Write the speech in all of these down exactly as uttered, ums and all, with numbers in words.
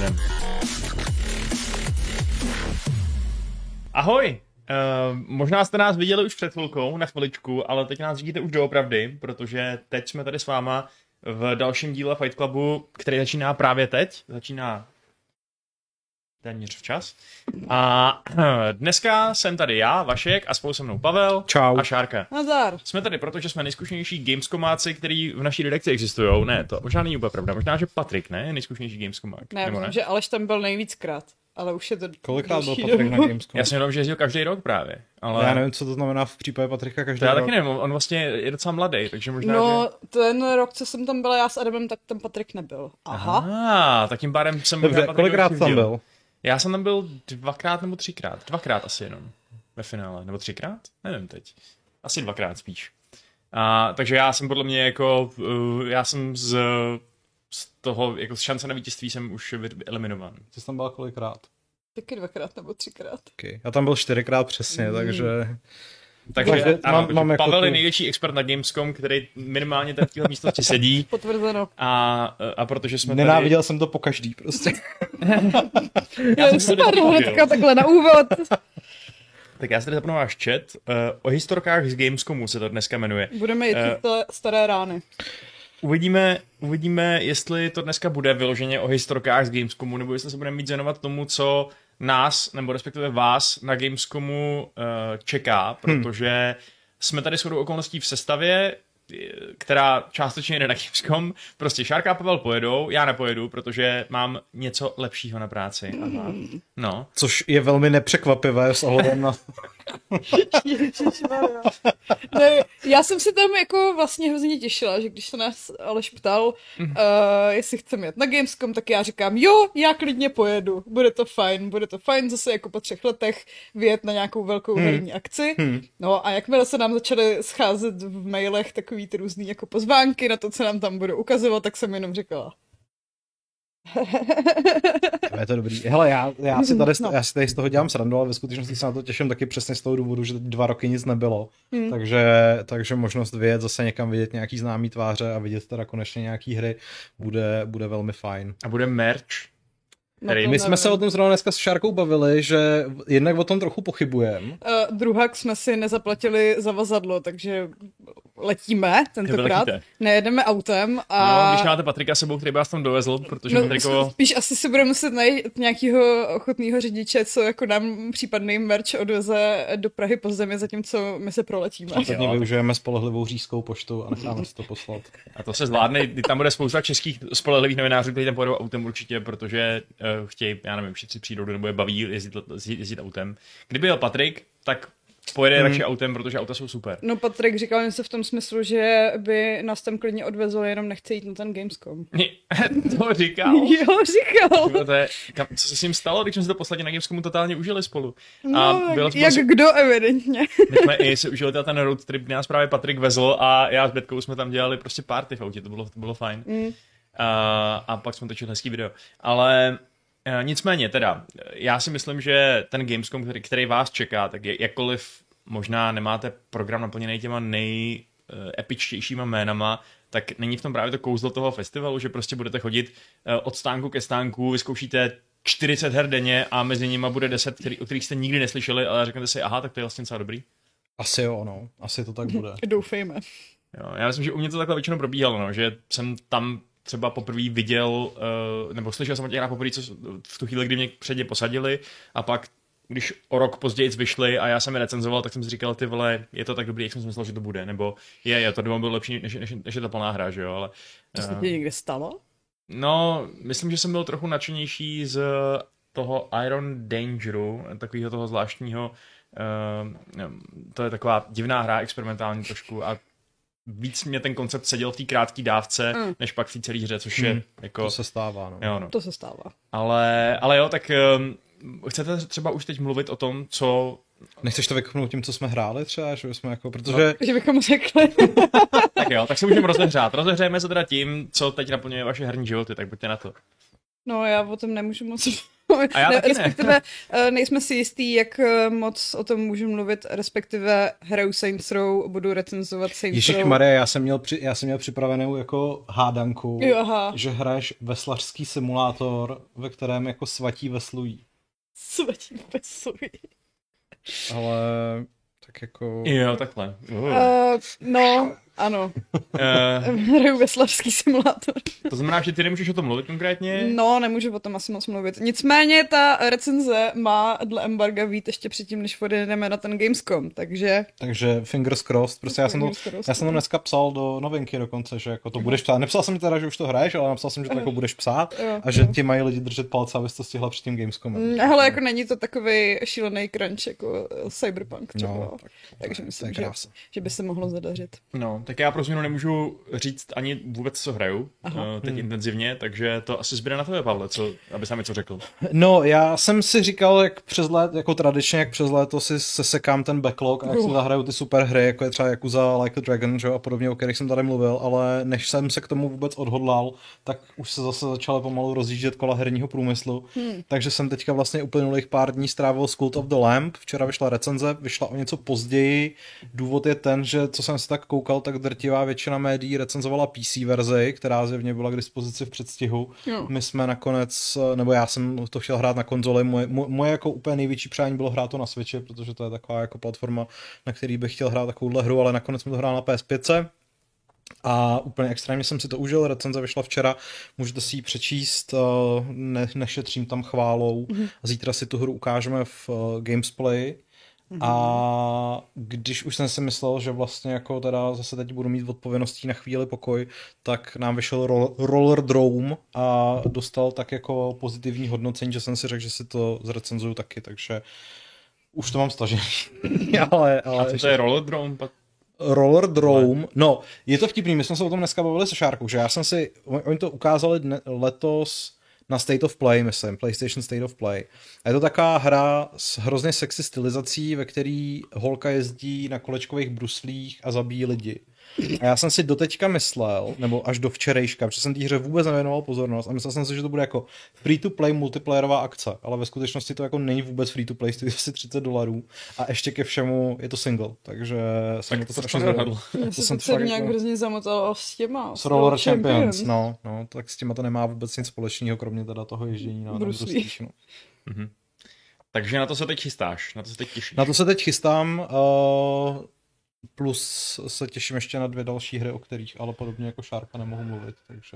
Ahoj! Uh, možná jste nás viděli už před chvilkou, na chviličku, ale teď nás vidíte už doopravdy, protože teď jsme tady s váma v dalším díle Fight Clubu, který začíná právě teď, začíná téměř včas. A dneska jsem tady já, Vašek, a spolu se mnou Pavel. Čau. A Šárka. Nazdar. Jsme tady proto, že jsme nejzkušenější gamescomáci, který v naší redakci existují. Ne, to možná není úplně pravda. Možná, že Patrik, ne, je nejzkušenější gamescomák. Ne, myslím, že Aleš tam byl nejvíckrát. Ale už je to... Kolikrát byl Patrik na Gamescomu? Já jsem jenom, že jezdil každý rok právě. Ale... Já nevím, co to znamená v případě Patrika každý to já rok. taky nevím, on vlastně je docela mladý, takže možná, No, že... ten rok, co jsem tam byla já s Adamem, tak tam Patrik nebyl. Aha. Aha, tak tím pádem jsem... Dobře, kolikrát tam byl? Já jsem tam byl dvakrát nebo třikrát. Dvakrát asi jenom ve finále. Nebo třikrát? Nevím teď. Asi dvakrát spíš. A, takže já jsem podle mě jako... Uh, já jsem z, z toho, jako z šance na vítězství jsem už eliminován. Ty jsi tam byl kolikrát? Taky dvakrát nebo třikrát. Okay. Já tam byl čtyřikrát přesně, mm. takže... Takže, takže ano, mám, mám Pavel jako je největší expert na Gamescom, který minimálně tady v téhle místnosti sedí. Potvrzeno. A, a protože jsme Nenáviděl tady... jsem to po každý prostě. Já jsem super, hnedka takhle na úvod. Tak já se tady zapnu váš chat. Uh, o historkách z Gamescomu se to dneska jmenuje. Budeme jít uh, staré rány. Uvidíme, uvidíme, jestli to dneska bude vyloženě o historkách z Gamescomu, nebo jestli se budeme mít věnovat tomu, co nás, nebo respektive vás na Gamescomu uh, čeká, protože hmm. jsme tady shodou okolností v sestavě, která částečně jde na Gamescom. Prostě Šárka a Pavel pojedou, já nepojedu, protože mám něco lepšího na práci. Aha. No. Což je velmi nepřekvapivé s ohledem na... Ne, já jsem si tam jako vlastně hrozně těšila, že když se nás Aleš ptal, uh, jestli chceme jet na Gamescom, tak já říkám, jo, já klidně pojedu, bude to fajn, bude to fajn zase jako po třech letech vyjet na nějakou velkou hmm. herní akci. Hmm. No a jakmile se nám začaly scházet v mailech takový ty různý jako pozvánky na to, co nám tam budou ukazovat, tak jsem jenom říkala. Je to dobrý. Hele, já, já, si tady, no. já si tady z toho dělám srandu, ale ve skutečnosti se na to těším taky přesně z toho důvodu, že teď dva roky nic nebylo. Hmm. Takže, takže možnost vyjet zase někam vidět nějaký známý tváře a vidět teda konečně nějaký hry bude, bude velmi fajn. A bude merch. No My jsme se o tom zrovna dneska s Šárkou bavili, že jednak o tom trochu pochybujeme. Uh, druhak jsme si nezaplatili zavazadlo, takže letíme tentokrát. Nejedeme autem. A... No, když máte Patrika sebou, který by vás tam dovezl, protože no, Patrikovo... Spíš asi si budeme muset najít nějakého ochotného řidiče, co jako nám případný merch odveze do Prahy po zemi, zatímco my se proletíme. Případně využijeme spolehlivou říšskou poštu a necháme si to poslat. A to se zvládne, tam bude spousta českých spolehlivých novinářů, kteří tam pojedou autem určitě, protože uh, chtějí, já nevím, šetřit přírodu nebo je baví jezdit, jezdit, jezdit autem. Kdyby jel Patrik, tak pojede hmm. radši autem, protože auta jsou super. No Patrik říkal něco v tom smyslu, že by nás tam klidně odvezl, jenom nechce jít na ten Gamescom. To říkal. Jo, říkal. To je, kam, co se s ním stalo, když jsme si to posledně na Gamescomu totálně užili spolu. No, a bylo jak si, kdo evidentně. My jsme i si užili ten road trip, kdy nás právě Patrik vezl a já s Bětkou jsme tam dělali prostě party v autě, to bylo, to bylo fajn. Mm. A, a pak jsme točili hezký video. Ale e, nicméně teda, já si myslím, že ten Gamescom, který, který vás čeká, tak je, jakkoliv možná nemáte program naplněný těma nejepičtějšíma jménama, tak není v tom právě to kouzlo toho festivalu, že prostě budete chodit od stánku ke stánku, vyzkoušíte čtyřicet her denně a mezi nimi bude deset, který, o kterých jste nikdy neslyšeli, ale řeknete si, aha, tak to je vlastně docela dobrý. Asi jo, no. Asi to tak bude. Doufejme. Jo, já myslím, že u mě to takhle většinou probíhalo, no, že jsem tam třeba poprvé viděl, uh, nebo slyšel jsem o těch hrách poprvé, co v tu chvíli, kdy mě předně posadili, a pak, když o rok později vyšli a já jsem je recenzoval, tak jsem si říkal, ty vole, je to tak dobrý, jak jsem si myslel, že to bude, nebo je, je to doma bylo lepší, než, než, než je ta plná hra, že jo, ale... To se ti někde stalo? No, myslím, že jsem byl trochu nadšenější z toho Iron Dangeru, takového toho zvláštního, uh, to je taková divná hra, experimentální trošku, a víc mě ten koncept seděl v té krátké dávce, mm. než pak v té celé hře, což je mm. jako... To se stává, no. Jo, no. To se stává. Ale, ale jo, tak um, chcete třeba už teď mluvit o tom, co... Nechceš to vykopnout tím, co jsme hráli třeba, že jsme jako, protože... No, že bychom řekli. Tak jo, tak se můžeme rozehřát. Rozehřejeme se teda tím, co teď naplňuje vaše herní životy, tak buďte na to. No, já o tom nemůžu moc A já ne, taky ne. respektive ne. nejsme si jistí, jak moc o tom můžu mluvit, respektive hraju Saints Row, budu recenzovat Saints Row. Ježišmarja, já jsem měl, při, já jsem měl připravenou jako hádanku, Jo, aha. že hraješ veslařský simulátor, ve kterém jako svatí veslují. Svatí veslují. Ale tak jako... Jo, takhle. Uh. Uh, no, ano. Uh, Hraju veslařský simulátor. To znamená, že ty nemůžeš o tom mluvit konkrétně? No, nemůžu o tom asi moc mluvit. Nicméně ta recenze má dle embarga vít ještě předtím, než odjedeme na ten Gamescom, takže... Takže fingers crossed, prostě já jsem, to, crossed, já jsem to dneska psal do novinky dokonce, že jako to budeš psát. Nepsal jsem teda, že už to hraješ, ale napsal jsem, že to jako budeš psát jo, a že jo. ti mají lidi držet palce, abys to stihla před tím Gamescomem. Mm, hele, jako není to takový šílený crunch jako Cyberpunk třeba. No, tak, takže to myslím, je že, krása. že by se mohlo zadařit. No, tak já pro změnu nemůžu říct ani vůbec, co hraju uh, teď Hmm. intenzivně, takže to asi zbyde na tebe, Pavle, co, aby sám něco řekl. No, já jsem si říkal, jak přes let, jako tradičně, jak přes léto si sesekám ten backlog a jak si zahraju ty super hry, jako je třeba Yakuza, Like a Dragon, že, a podobně, o kterých jsem tady mluvil, ale než jsem se k tomu vůbec odhodlal, tak už se zase začaly pomalu rozjíždět kola herního průmyslu. Hmm. Takže jsem teďka vlastně uplynulých pár dní strávil s Cult of the Lamp. Včera vyšla recenze, vyšla o něco později. Důvod je ten, že co jsem si tak koukal, tak drtivá většina médií recenzovala P C verzi, která zjevně byla k dispozici v předstihu. Jo. My jsme nakonec, nebo já jsem to chtěl hrát na konzoli, moje, moje jako úplně největší přání bylo hrát to na Switchi, protože to je taková jako platforma, na který bych chtěl hrát takovouhle hru, ale nakonec jsem to hrál na P S pět. A úplně extrémně jsem si to užil, recenze vyšla včera, můžete si ji přečíst, ne, nešetřím tam chválou. Mm-hmm. Zítra si tu hru ukážeme v uh, Gamesplay. Mm-hmm. A když už jsem si myslel, že vlastně jako teda zase teď budu mít odpovědností na chvíli pokoj, tak nám vyšel roll, Roller Drome a dostal tak jako pozitivní hodnocení, že jsem si řekl, že si to zrecenzuju taky, takže už to mám stažený. ale, ale A co to je Roller Drome? Roller Drome, no, je to vtipný, my jsme se o tom dneska bavili se Šárkou, že já jsem si, oni to ukázali dne, letos na State of Play, myslím, PlayStation State of Play. A je to taková hra s hrozně sexy stylizací, ve který holka jezdí na kolečkových bruslích a zabíjí lidi. A já jsem si doteďka myslel, nebo až do včerejška, protože jsem té hře vůbec nevěnoval pozornost a myslel jsem si, že to bude jako free-to-play multiplayerová akce, ale ve skutečnosti to jako není vůbec free-to-play, stojí asi třicet dolarů a ještě ke všemu je to single, takže jsem Tak to to strašně zvedl. Já To jsem jsem se fakt nějak jako- hrozně zamotal s těma. s Roller Champions, Champions. no, no, tak s těma to nemá vůbec nic společného, kromě teda toho ježdění na, na Bruslích. bruslích, no. Mhm. Takže na to se teď chystáš, na to se teď těšíš. Na to se teď chystám, uh, plus se těším ještě na dvě další hry, o kterých ale podobně jako Šárka nemohu mluvit, takže...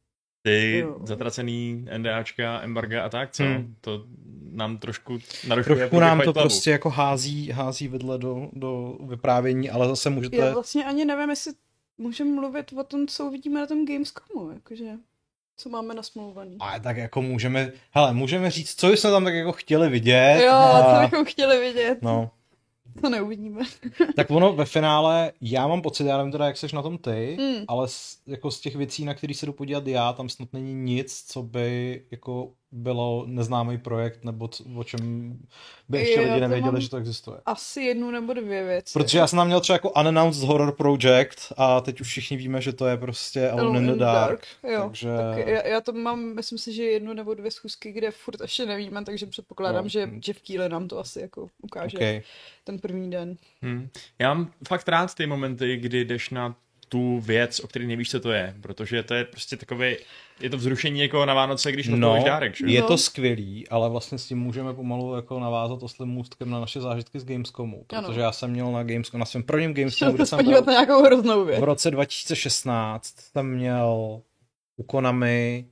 Ty Jo. zatracený NDAčka, embarga a tak, co? Hmm. To nám trošku narušuje. Trošku nám to fight level. prostě jako hází, hází vidle do, do vyprávění, ale zase můžete... Já vlastně ani nevím, jestli můžeme mluvit o tom, co uvidíme na tom Gamescomu, jakože, co máme nasmlouvaný. A tak jako můžeme, hele, můžeme říct, co jsme tam tak jako chtěli vidět. Jo, a... co bychom chtěli vidět, No, to neuvidíme. tak ono ve finále, já mám pocit, já nevím teda, jak seš na tom ty, Mm. ale z, jako z těch věcí, na které se jdu podívat já, tam snad není nic, co by jako bylo neznámý projekt, nebo co, o čem by ještě Jo, lidi to nevěděli, mám- že to existuje. Asi jednu nebo dvě věci. Protože já jsem tam měl třeba jako Unannounced Horror Project a teď už všichni víme, že to je prostě Alone in the Dark. Jo, takže... tak já, já to mám, myslím si, že jednu nebo dvě schůzky, kde furt ještě nevíme, takže předpokládám, No. že Jeff Keighley nám to asi jako ukáže Okay. ten první den. Hmm. Já mám fakt rád ty momenty, kdy jdeš na tu věc, o který nevíš, co to je, protože to je prostě takové, je to vzrušení někoho na Vánoce, když No, no, dárek, že? je No. to skvělý, ale vlastně s tím můžeme pomalu jako navázat oslým můstkem na naše zážitky z Gamescomu, protože Ano. já jsem měl na Gamescomu, na svém prvním Gamescomu, Chtěl kde se jsem podívat byl na nějakou hroznou věc. v roce dva tisíce šestnáct, jsem měl u Konami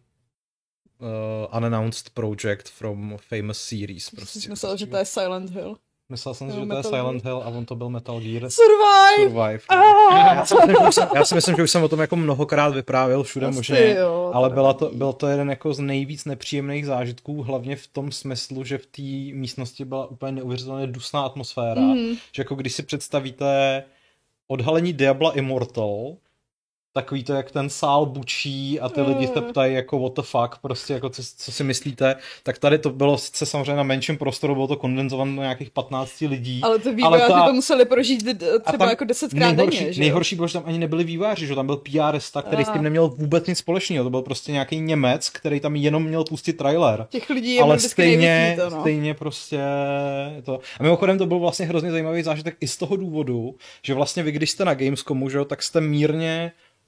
uh, Unannounced Project from Famous Series. Prostě Prostě. jsem myslel, že to je Silent Hill. Myslel jsem si, No, že to je Metal Silent Hill a on to byl Metal Gear Survive! Survive. Ah! Já si, myslím, že už jsem, já si myslím, že už jsem o tom jako mnohokrát vyprávěl všude Asi možně, jo, ale to byla nevadí. to, byl to jeden jako z nejvíc nepříjemných zážitků, hlavně v tom smyslu, že v té místnosti byla úplně neuvěřitelně dusná atmosféra, Mhm. že jako když si představíte odhalení Diabla Immortal takový to, jak ten sál bučí a ty lidi se ptají jako what the fuck, prostě jako co, co si myslíte, tak tady to bylo sice samozřejmě na menším prostoru, bylo to kondenzované na nějakých patnáct lidí. Ale ty vývojáři ta... to museli prožít třeba jako desetkrát denně, že nejhorší bylo, že tam ani nebyli vývojáři, že tam byl P R sta, který a. s tím neměl vůbec nic společného, to byl prostě nějaký Němec, který tam jenom měl pustit trailer. Těch lidí je ale stejně, to, no. stejně prostě to. A mimochodem to byl vlastně hrozně zajímavý zážitek i z toho důvodu, že vlastně vy, když jste na Gamescomu, že, tak jste mírně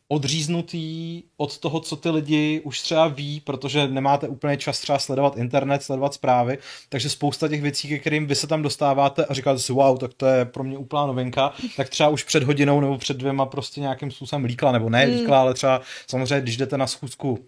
odříznutý od toho, co ty lidi už třeba ví, protože nemáte úplně čas třeba sledovat internet, sledovat zprávy, takže spousta těch věcí, ke kterým vy se tam dostáváte a říkáte si, wow, tak to je pro mě úplná novinka, tak třeba už před hodinou nebo před dvěma prostě nějakým způsobem líkla, nebo ne líkla, ale třeba samozřejmě, když jdete na schůzku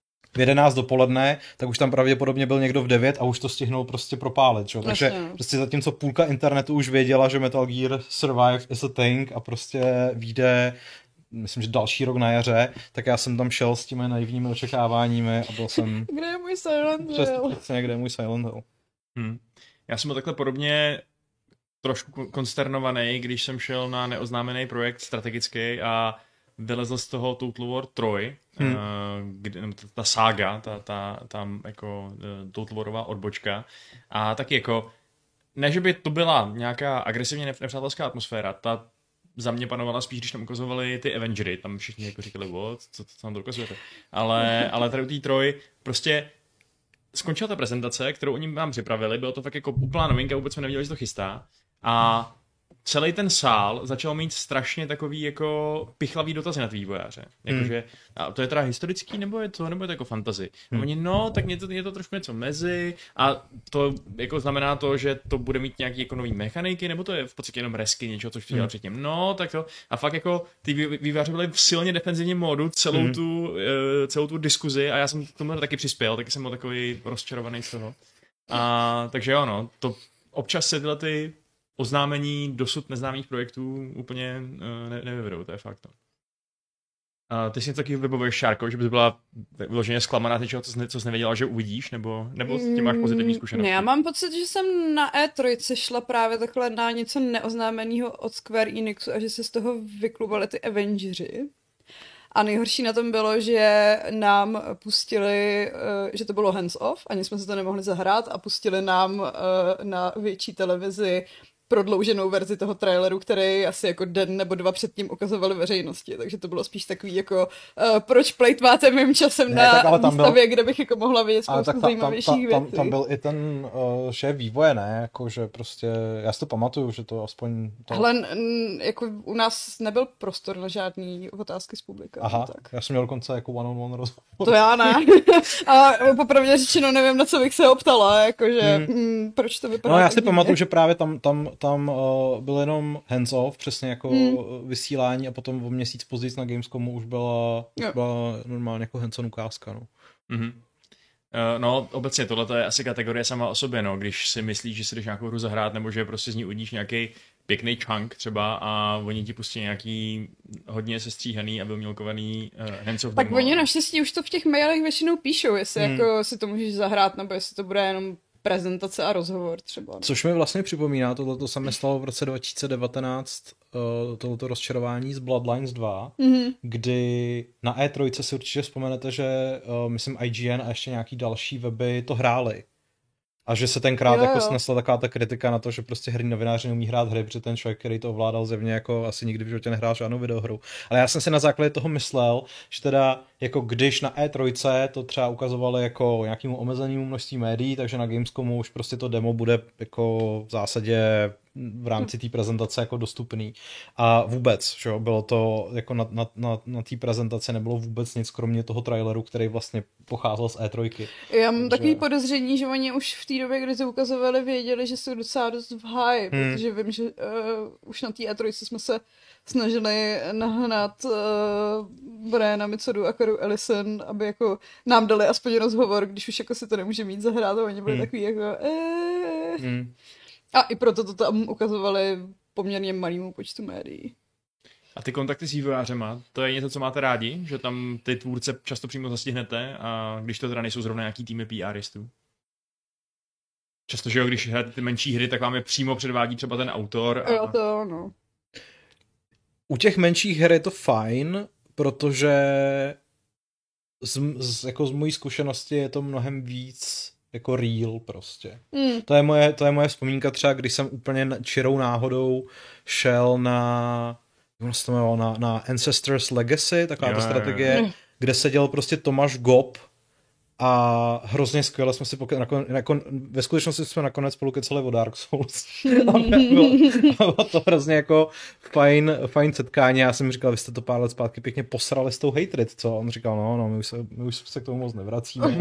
v jedenáct dopoledne, tak už tam pravděpodobně byl někdo v devět a už to stihnul prostě propálit, čo? Takže Jasně. prostě zatímco půlka internetu už věděla, že Metal Gear Survive is a thing a prostě vyjde, myslím, že další rok na jaře, tak já jsem tam šel s těmi naivními očekáváními a byl jsem... Kde je můj Silent Hill? Přesně, kde je můj Silent Hill. Hmm. Já jsem byl takhle podobně trošku konsternovaný, když jsem šel na neoznámený projekt strategický a vylezl z toho Total War tři, hmm. uh, kde, ta sága, ta, ta, tam jako uh, Total Warová odbočka. A taky jako, ne, že by to byla nějaká agresivně nepřátelská atmosféra, ta za mě panovala spíš, když tam ukazovali ty Avengery, tam všichni jako říkali, what, co, co tam to ukazujete. Ale, ale tady u té Troy prostě skončila ta prezentace, kterou oni nám připravili, bylo to fakt jako úplná novinka, vůbec jsme nevěděli, že to chystá. A celý ten sál začal mít strašně takový jako pichlavý dotazy na ty vývojáře. Jakože, a to je teda historický, nebo je to, nebo je to jako fantasy? Hmm. A oni, no, tak je to, je to trošku něco mezi a to jako znamená to, že to bude mít nějaký jako nový mechaniky, nebo to je v podstatě jenom resky, něčeho, co dělal hmm. předtím. No, tak to. A fakt jako ty vývojáři byli v silně defenzivním módu celou, hmm. tu, uh, celou tu diskuzi a já jsem k tomu taky přispěl, taky jsem byl takový rozčarovaný z toho. A takže jo, no, to občas se tyhle ty oznámení dosud neznámých projektů úplně uh, ne, nevyvedou, to je fakt. No. Uh, ty si něco takového vybavuješ, Šárko, že bys byla vyloženě zklamaná něčeho, co jsi, co jsi nevěděla, že uvidíš, nebo, nebo s tím máš pozitivní zkušenosti? Ne, já mám pocit, že jsem na E tři šla právě takhle na něco neoznámeného od Square Enixu a že se z toho vyklubali ty Avengeři. A nejhorší na tom bylo, že nám pustili, že to bylo hands-off, ani jsme se to nemohli zahrát a pustili nám na větší televizi prodlouženou verzi toho traileru, který asi jako den nebo dva předtím ukazovali veřejnosti, takže to bylo spíš takový jako uh, proč plejtváte mým časem ne, na výstavě, byl... kde bych jako mohla vidět spoustu zajímavějších tam, věcí. Tam byl i ten uh, šéf vývoje, ne, jako že prostě, já si to pamatuju, že to aspoň... To... Hele, n- jako u nás nebyl prostor na žádný otázky z publika. Aha, tak. Já jsem měl dokonce jako one-on-one rozhovor. To já ne. A popravdě řečeno nevím, na co bych se optala, jakože hmm. mm, proč to vypadá. No já si pamatuju, že právě tam, tam tam uh, byl jenom hands-off, přesně jako hmm. vysílání a potom o měsíc později na Gamescomu už byla, už byla normálně jako hands-on ukázka. No. Mm-hmm. Uh, no, obecně tohle je asi kategorie sama o sobě, no, když si myslíš, že si jdeš nějakou hru zahrát, nebo že prostě z ní udíš nějaký pěkný chunk třeba a oni ti pustí nějaký hodně sestříhaný a vymilkovaný uh, hands-off tak demo. Oni naštěstí už to v těch mailech většinou píšou, jestli hmm. jako si to můžeš zahrát, nebo jestli to bude jenom prezentace a rozhovor třeba. Což mi vlastně připomíná, tohleto se mi stalo v roce dva tisíce devatenáct, uh, tohleto rozčarování z Bloodlines dva, mm-hmm. kdy na E tři si určitě vzpomenete, že uh, myslím I G N a ještě nějaký další weby to hráli. A že se tenkrát jo, jo. jako snesla taková ta kritika na to, že prostě herní novináři neumí hrát hry, protože ten člověk, který to ovládal, zjevně jako asi nikdy v životě nehrál žádnou videohru. Ale já jsem si na základě toho myslel, že teda jako když na E tři to třeba ukazovali jako nějakému omezenému množství médií, takže na Gamescomu už prostě to demo bude jako v zásadě v rámci té prezentace jako dostupný. A vůbec, že jo, bylo to jako na, na, na, na té prezentaci nebylo vůbec nic, kromě toho traileru, který vlastně pocházel z E tři. Já mám Takže... takový podezření, že oni už v té době, kdy to ukazovali, věděli, že jsou docela dost v háji, hmm. protože vím, že uh, už na té E tři jsme se snažili nahnat uh, Briana Mitsodu a Karu Ellison, aby jako nám dali aspoň rozhovor, když už jako si to nemůže mít zahrát a oni byli hmm. takový jako eh. hmm. A i proto to tam ukazovali poměrně malému počtu médií. A ty kontakty s vývojářema, to je něco, co máte rádi? Že tam ty tvůrce často přímo zastihnete a když to teda nejsou zrovna nějaký týmy PRistů? Často, že jo, když hrajete ty menší hry, tak vám je přímo předvádí třeba ten autor. A... Jo, to no. U těch menších her je to fajn, protože z, z, jako z mojí zkušenosti je to mnohem víc jako real prostě. Mm. To je moje, to je moje vzpomínka třeba, když jsem úplně čirou náhodou šel na, na, na Ancestors Legacy, taková ta strategie, mm. kde seděl prostě Tomáš Gob a hrozně skvěle jsme si poke- nakon, nakon, ve skutečnosti jsme nakonec spolu kecali o Dark Souls. a bylo, bylo to hrozně jako fajn, fajn setkání. Já jsem říkal, vy jste to pár let zpátky pěkně posrali s tou hatred, co? On říkal, no, no, my už se, my už se k tomu moc nevracíme.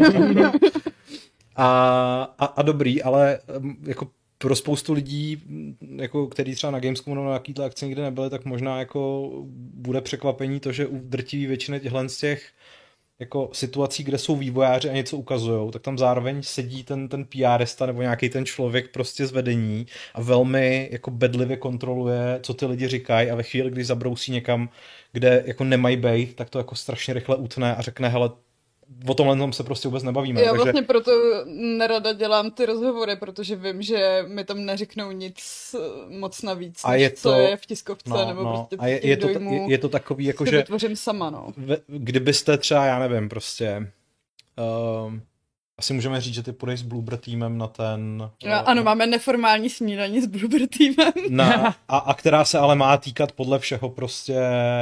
a, a, a dobrý, ale jako pro spoustu lidí, jako, který třeba na Gamescomu nebo na jakýhle akci nikdy nebyli, tak možná jako bude překvapení to, že u drtivé většiny těchhle z těch jako situací, kde jsou vývojáři a něco ukazujou, tak tam zároveň sedí ten, ten PRista nebo nějaký ten člověk prostě z vedení a velmi jako bedlivě kontroluje, co ty lidi říkají a ve chvíli, když zabrousí někam, kde jako nemají bejt, tak to jako strašně rychle utne a řekne, hele, o tomhle tom se prostě vůbec nebavíme. Já takže... vlastně proto nerada dělám ty rozhovory, protože vím, že mi tam neřeknou nic moc navíc, a než je to... co je v tiskovce, no, nebo no. prostě a je, je, to, je, je to takový, jako že... vytvořím sama, no. Kdybyste třeba, já nevím, prostě... Um, asi můžeme říct, že ty půjdeš s Bloober týmem na ten... Uh, ano, máme neformální snídaní s Bloober týmem. Na, a, a která se ale má týkat podle všeho prostě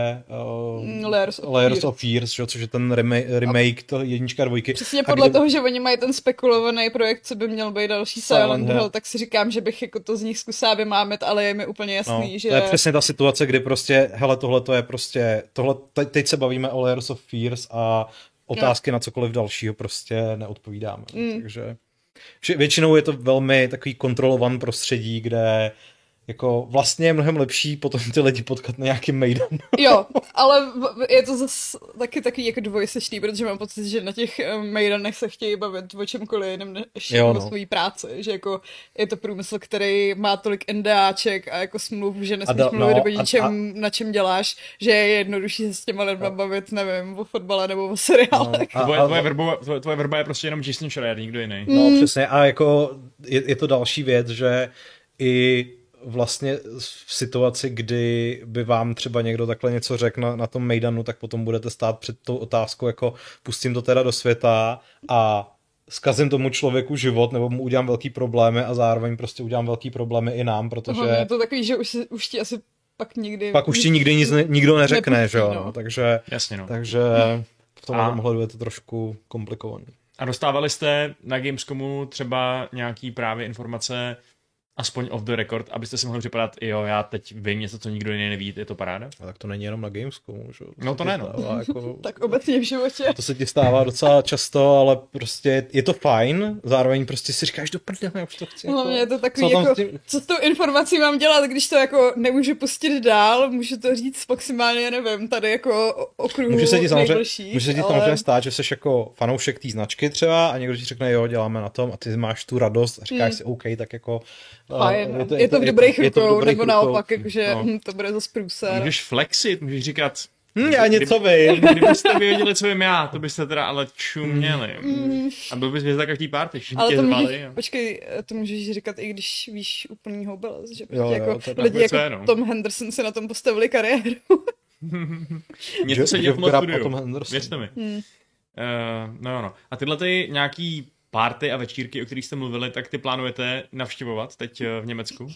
uh, Layers of Layers Fears, of Fears, že, což je ten remake, remake to jednička a dvojky. Přesně a podle kdy... toho, že oni mají ten spekulovaný projekt, co by měl být další Silent Hill, tak si říkám, že bych jako to z nich zkusila vymámet, ale je mi úplně jasný, no, že... To je přesně ta situace, kdy prostě, hele, tohle to je prostě, tohle, teď se bavíme o Layers of Fears a otázky no. na cokoliv dalšího prostě neodpovídáme. Mm. Takže většinou je to velmi takový kontrolovaný prostředí, kde jako vlastně je mnohem lepší potom ty lidi potkat na nějakým mejdanu. Jo, ale je to zase taky takový jako dvojsečný, protože mám pocit, že na těch mejdanech se chtějí bavit o čemkoliv jiném než jo, no. o svojí práci, že jako je to průmysl, který má tolik NDAček a jako smluv, že nesmíš da, mluvit no, o ničem, a, a, na čem děláš, že je jednodušší se s těma lidma no. bavit, nevím, o fotbale nebo o seriálech. No, a, tvoje, tvoje, verba, tvoje, tvoje verba je prostě jenom Jason Schreier, nikdo jiný. No mm. přesně a jako je, je to další věc, že i vlastně v situaci, kdy by vám třeba někdo takhle něco řekl na, na tom mejdanu, tak potom budete stát před tou otázkou, jako pustím to teda do světa a zkazím tomu člověku život, nebo mu udělám velký problémy a zároveň prostě udělám velký problémy i nám, protože... Aha, je to takový, že už, už ti asi pak nikdy... Pak už ti nikdy nic ne, nikdo neřekne, nepustí, že jo, no. takže, Jasně, no. takže v tomhle ohledu je to trošku komplikovaný. A dostávali jste na Gamescomu třeba nějaký právě informace aspoň off the record, abyste si mohli připadat, jo, já teď vím něco, co nikdo jiný neví, je to paráda? A tak to není jenom na Gamescomu, že? No to ne, no. Jako, tak obecně v životě. To se ti stává docela často, ale prostě je to fajn, zároveň prostě si říkáš do prdele, já už to chci. Hlavně jako, je to takový, co, jako, tím... co s tou informací mám dělat, když to jako nemůžu pustit dál, můžu to říct maximálně, nevím, tady jako okruhu může se ti nejbližších. Může se ti ale... samozřejmě stát, že jsi jako fanoušek té značky třeba a někdo ti řekne, jo, děláme na tom a ty máš tu radost a říkáš hmm. si, OK, tak jako... Fajn, je to, je to v dobrých rukou, nebo rukou. Naopak, jakože no. hm, to bude zase průser. Můžeš flexit, můžeš říkat... Hm, já něco kdyby, vím. Kdybyste věděli, co vím já, to byste teda ale čuměli. Mm. A byl bys hvězda každý party, všichni tě zvali. Jo. Počkej, to můžeš říkat i když víš úplný houbeles, že jo, jako jo, lidi jako no. Tom Henderson si na tom postavili kariéru. Něco se děje v studiu, věřte mi. Hmm. Uh, no no. A tyhle ty nějaký party a večírky, o kterých jste mluvili, tak ty plánujete navštěvovat teď v Německu?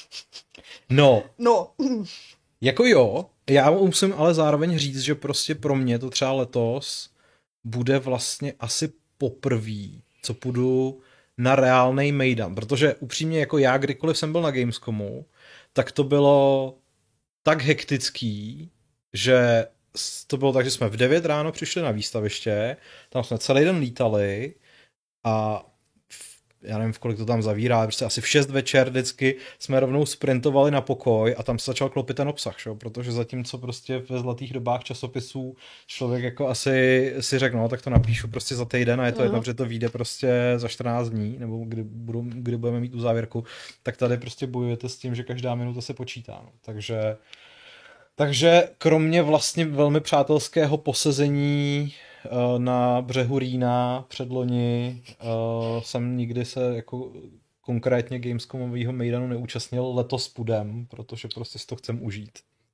No. No. Jako jo, já musím ale zároveň říct, že prostě pro mě to třeba letos bude vlastně asi poprvý, co půjdu na reálnej mejdan, protože upřímně jako já, kdykoliv jsem byl na Gamescomu, tak to bylo tak hektický, že to bylo tak, že jsme v devět ráno přišli na výstaviště, tam jsme celý den lítali a já nevím, v kolik to tam zavírá, ale prostě asi v šest večer vždycky jsme rovnou sprintovali na pokoj a tam se začal klopit ten obsah, šo? Protože zatímco prostě ve zlatých dobách časopisů člověk jako asi si řekl, no tak to napíšu prostě za týden a je to jedno, že to vyjde prostě za čtrnáct dní, nebo kdy, budu, kdy budeme mít tu závěrku, tak tady prostě bojujete s tím, že každá minuta se počítá. No. Takže, takže kromě vlastně velmi přátelského posezení na břehu Rýna předloni uh, jsem nikdy se jako konkrétně Gamescomovýho mejdanu neúčastnil, letos půjdem, protože prostě si to chcem užít.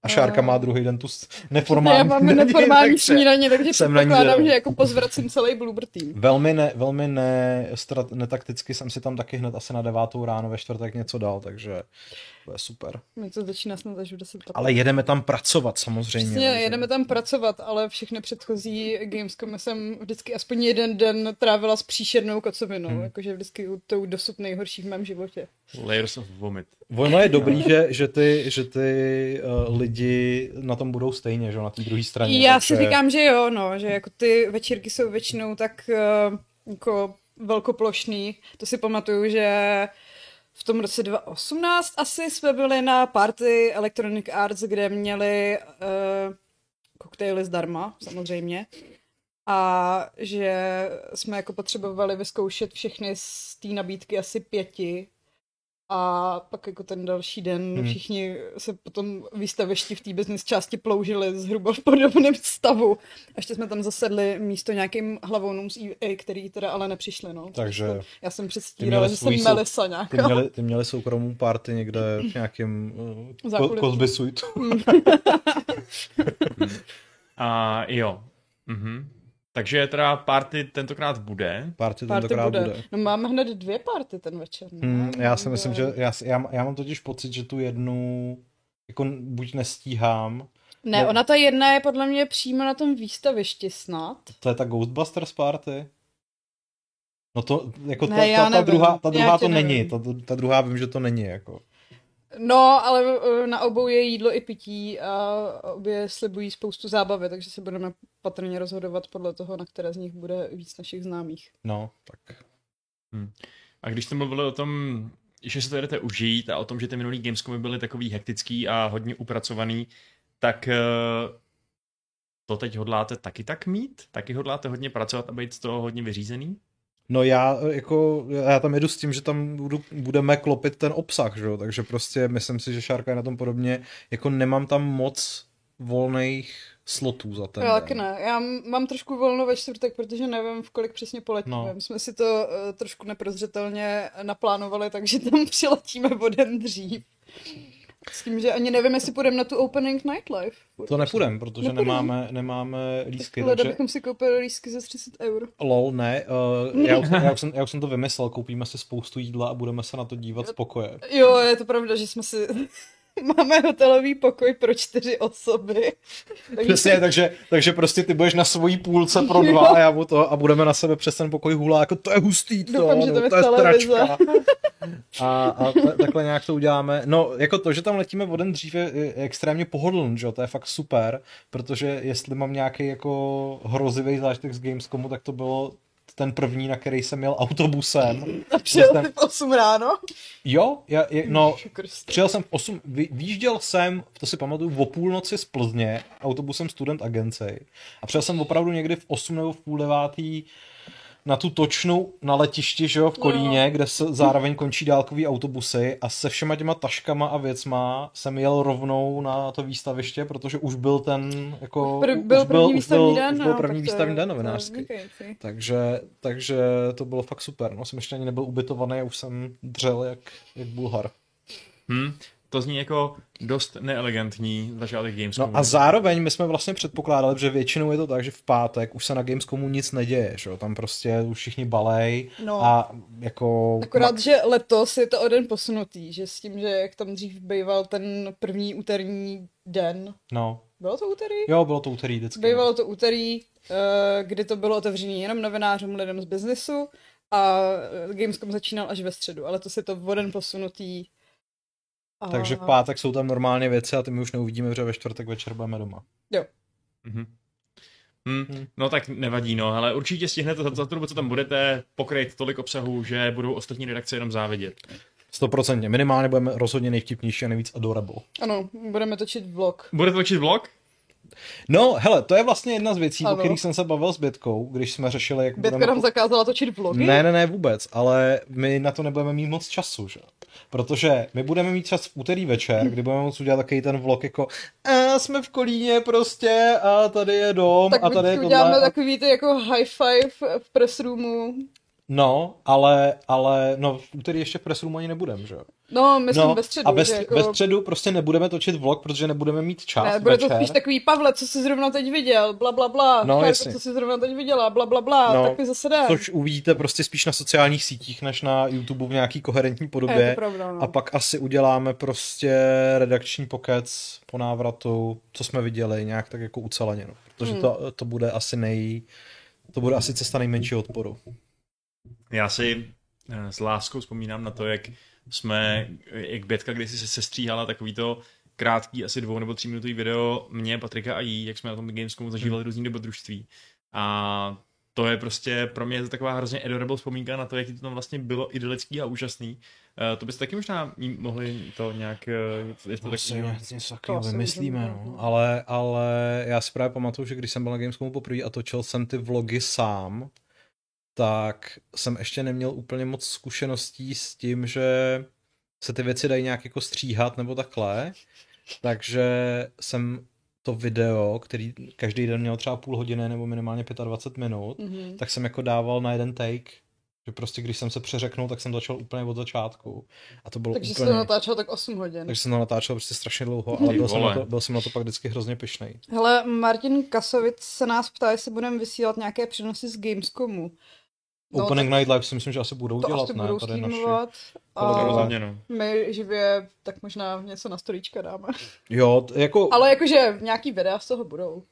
A Šárka má druhý den tu neformální Já mám snídaní, neformální takže snídaně, takže jsem na ní předpokládám, zvědavý. že jako pozvracím celý Bloober tým. Velmi, ne, velmi ne, strat, netakticky jsem si tam taky hned asi na devátou ráno ve čtvrtek něco dal, takže to je super. My to začíná snad až v deset patnáct. Ale jedeme tam pracovat samozřejmě. Přesně, takže- jedeme tam pracovat, ale všechny předchozí Gamescomy jsem vždycky aspoň jeden den trávila s příšernou kocovinou, hmm. jakože vždycky tou dosud nejhorší v mém životě. Layers of vomit. Ono je dobrý, že, že ty, že ty uh, lidi na tom budou stejně, že jo, na té druhé straně. Já takže... si říkám, že jo, no, že jako ty večírky jsou většinou tak uh, jako velkoplošný. To si pamatuju, že v tom roce dva tisíce osmnáct asi jsme byli na party Electronic Arts, kde měli uh, koktejly zdarma, samozřejmě. A že jsme jako potřebovali vyzkoušet všechny z té nabídky asi pěti. A pak jako ten další den Hmm. všichni se potom výstavišti v té business části ploužili zhruba v podobném stavu. A ještě jsme tam zasedli místo nějakým hlavounům z E A, který teda ale nepřišli. No. Takže Já jsem ty předstírala, měli že svůj jsem sou- Melissa ty nějaká. měli, ty měli soukromou party někde v nějakém uh, Zákulisí. Cosby suitu. A jo. Mhm. Takže teda party tentokrát bude. Party Party tentokrát bude. bude. No máme hned dvě party ten večer. Ne? Hmm, já si Bude- myslím, že já, si- já, já mám totiž pocit, že tu jednu jako buď nestíhám. Ne, No. ona ta jedna je podle mě přímo na tom výstavišti snad. To je ta Ghostbusters party? No to, jako Ne, ta, já ta, ta nevím. druhá, ta Já druhá tě to nevím. není, ta, ta druhá vím, že to není, jako. No, ale eh, na obou je jídlo i pití a obě slibují spoustu zábavy, takže se budeme patrně rozhodovat podle toho, na které z nich bude víc našich známých. No, tak. A když jste mluvili o tom, že si to jdete užít a o tom, že ty minulý Gamescomy byly takový hektický a hodně upracovaný, tak eh, to teď hodláte taky tak mít? Taky hodláte hodně pracovat a být z toho hodně vyřízený? No já jako, já tam jedu s tím, že tam budu, budeme klopit ten obsah, že jo, takže prostě myslím si, že Šárka je na tom podobně, jako nemám tam moc volných slotů za ten Já den. taky ne. Já m- mám trošku volno ve čtvrtek, protože nevím, v kolik přesně poletíme. No. My jsme si to uh, trošku neprozřetelně naplánovali, takže tam přiletíme o den dřív. S tím, že ani nevím, jestli půjdeme na tu opening nightlife. To nepůjdem, protože Nepůjdem. nemáme, nemáme lístky, Leda takže bychom si koupili lístky za třicet eur. lol, ne, uh, já, už, já, už jsem, já už jsem to vymyslel, koupíme si spoustu jídla a budeme se na to dívat z pokoje. Jo, je to pravda, že jsme si... Máme hotelový pokoj pro čtyři osoby. Takže Přesně, takže, takže prostě ty budeš na svojí půlce pro dva a já u toho a budeme na sebe přes ten pokoj hůla, jako to je hustý, to, Doufám, že no, tam je to je televize. stračka. A, a ta, takhle nějak to uděláme. No, jako to, že tam letíme o den dřív je, je extrémně pohodlný, že jo, to je fakt super, protože jestli mám nějaký jako hrozivý zážitek z Gamescomu, tak to bylo ten první, na který jsem jel autobusem. A přijel Jsem- ty v osm ráno. Jo, já, je, no, Kriste. přijel jsem v osm, vy, výjížděl jsem, to si pamatuju, o půlnoci z Plzně autobusem Student Agency a přijel jsem opravdu někdy v osm nebo v půl devátý na tu točnu na letišti, že jo, v Kolíně, No. kde se zároveň končí dálkový autobusy a se všema těma taškama a věcma jsem jel rovnou na to výstaviště, protože už byl ten, jako, Pr- byl už první už výstavní byl, den. už byl no, první tak to výstavní je- den to je novinářský. vynikající. Takže, takže to bylo fakt super. No, jsem ještě ani nebyl ubytovaný a už jsem dřel jak, jak Bulhar. Hm? To zní jako dost neelegantní začátek Gamescomu. No a zároveň my jsme vlastně předpokládali, že většinou je to tak, že v pátek už se na Gamescomu nic neděje, že jo? Tam prostě už všichni balej No. a jako... Akorát, že letos je to o den posunutý, že s tím, že jak tam dřív býval ten první úterní den. No, Bylo to úterý? jo, bylo to úterý vždycky. Bývalo to úterý, eh, kdy to bylo otevřené jenom novinářům, lidem z biznesu a eh, Gamescom začínal až ve středu, ale to se to o den posunutý. A... Takže v pátek jsou tam normálně věci a ty my už neuvidíme, protože ve čtvrtek večer budeme doma. Mhm. Hm, Hm. no tak nevadí, no, ale určitě stihnete za, za tu dobu, co tam budete, pokryt tolik obsahu, že budou ostatní redakce jenom závidět. Stoprocentně. Minimálně budeme rozhodně nejvtipnější a nejvíc adorable. Ano, budeme točit vlog. Budete točit vlog? No, hele, to je vlastně jedna z věcí, Ano. o kterých jsem se bavil s Bětkou, když jsme řešili, jak Bětka budeme... nám zakázala točit vlogy? Ne, ne, ne, vůbec, ale my na to nebudeme mít moc času, že? Protože my budeme mít čas v úterý večer, kdy budeme moct udělat takový ten vlog jako a jsme v Kolíně prostě a tady je dom Tak a tady je buď tohle. uděláme A... takový ty jako high five v press roomu. No, ale, ale no, v úterý ještě v press room ani nebudem, že jo? No, myslím No, ve středu. a ve, že stř- jako... ve středu prostě nebudeme točit vlog, protože nebudeme mít čas Ne, bude večer. to spíš takový Pavle, co jsi zrovna teď viděl, bla bla bla, No, Karko, jasně. co jsi zrovna teď viděla, bla bla bla, No, tak mi zase dá. Což uvidíte prostě spíš na sociálních sítích, než na YouTube v nějaký koherentní podobě. Je to pravda, no. A pak asi uděláme prostě redakční pokec po návratu, co jsme viděli, nějak tak jako uceleně, no. Protože Hmm. to, to bude asi nej... To bude asi cesta nejmenšího odporu. Já si s láskou vzpomínám na to, jak jsme, jak Bětka kdysi se sestříhala takový to krátký, asi dvou nebo tří minutový video mě, Patrika a jí, jak jsme na tom Gamescomu zažívali různý dobrodružství. A to je prostě pro mě taková hrozně adorable vzpomínka na to, jak to tam vlastně bylo idylický a úžasný. Uh, to byste taky možná mohli to nějak... Uh, to Asi taky, něco, něco takového asi vymyslíme, můžeme, no. no. Ale, ale já si právě pamatuju, že když jsem byl na Gamescomu poprvé a točil jsem ty vlogy sám, tak jsem ještě neměl úplně moc zkušeností s tím, že se ty věci dají nějak jako stříhat nebo takhle. Takže jsem to video, který každý den měl třeba půl hodiny nebo minimálně dvacet pět minut, Mhm. tak jsem jako dával na jeden take. Že prostě když jsem se přeřeknul, tak jsem začal úplně od začátku. A to bylo Takže úplně... jsi to natáčel tak osm hodin. Takže jsem to natáčel prostě strašně dlouho, ale byl jsem, na vole. to, byl jsem na to pak vždycky hrozně pyšnej. Hele, Martin Kasovic se nás ptá, jestli budeme vysílat nějaké přenosy z Gamescomu. No, Opening Night Live si myslím, že asi budou To dělat, asi ne? budou Tady naši... streamovat. kolegové A za mě, no. my živě tak možná něco na storíčka dáme. Jo, t- jako Ale jakože nějaký videa z toho budou.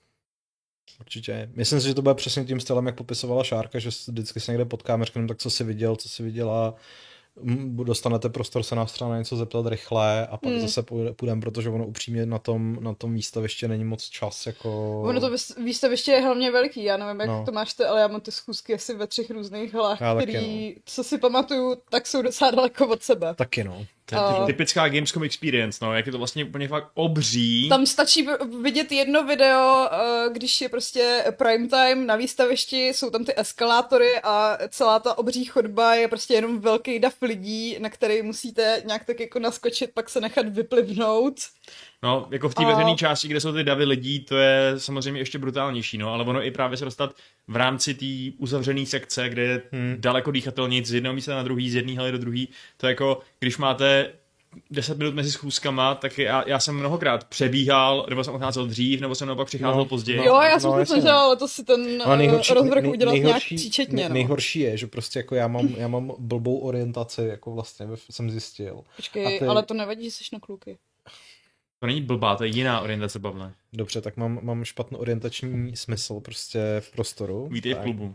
určitě. Myslím si, že to bude přesně tím stylem, jak popisovala Šárka, že vždycky se někde potkáme, řekneme, tak co jsi viděl, co jsi viděla, m, dostanete prostor se nás třeba na něco zeptat rychle a pak Hmm. zase půjdeme, protože ono upřímně na tom, na tom výstaviště není moc čas, jako... Ono to vys- výstaviště je hlavně veliký, já nevím, jak No. to máš ty, ale já mám ty schůzky asi ve třech různých halách, Já taky, který, co si pamatuju, tak jsou docela daleko od sebe. Taky no. To je A- typická Gamescom experience, no, jak je to vlastně úplně fakt obří. Tam stačí vidět jedno video, eh, když je prostě prime time na výstavišti, jsou tam ty eskalátory a celá ta obří chodba je prostě jenom velký dav lidí, na který musíte nějak tak jako naskočit, pak se nechat vyplivnout. No, jako v té A- veřejné části, kde jsou ty davy lidí, to je samozřejmě ještě brutálnější, no, ale ono i právě se dostat v rámci té uzavřené sekce, kde je Hmm. daleko dýchatelnic z jednoho místa na druhý, z jedné haly do druhý, to je jako, když máte deset minut mezi schůzkama, tak já, já jsem mnohokrát přebíhal, nebo jsem odcházel dřív, nebo jsem naopak přicházel No, později. no. Jo, já jsem no, se jasně. snažila letos si ten Ale nejhorší, rozvrh nej- udělat nejhorší, nějak příčetně. nej- No. nejhorší je, že prostě jako já mám, já mám blbou orientaci, jako vlastně jsem zjistil. Počkej, A ty- ale to nevadí, že jsi na kluky. To není blbá, to je jiná orientace, Pavle. Dobře, tak mám, mám špatný orientační smysl prostě v prostoru. Vítej v Tak. klubu.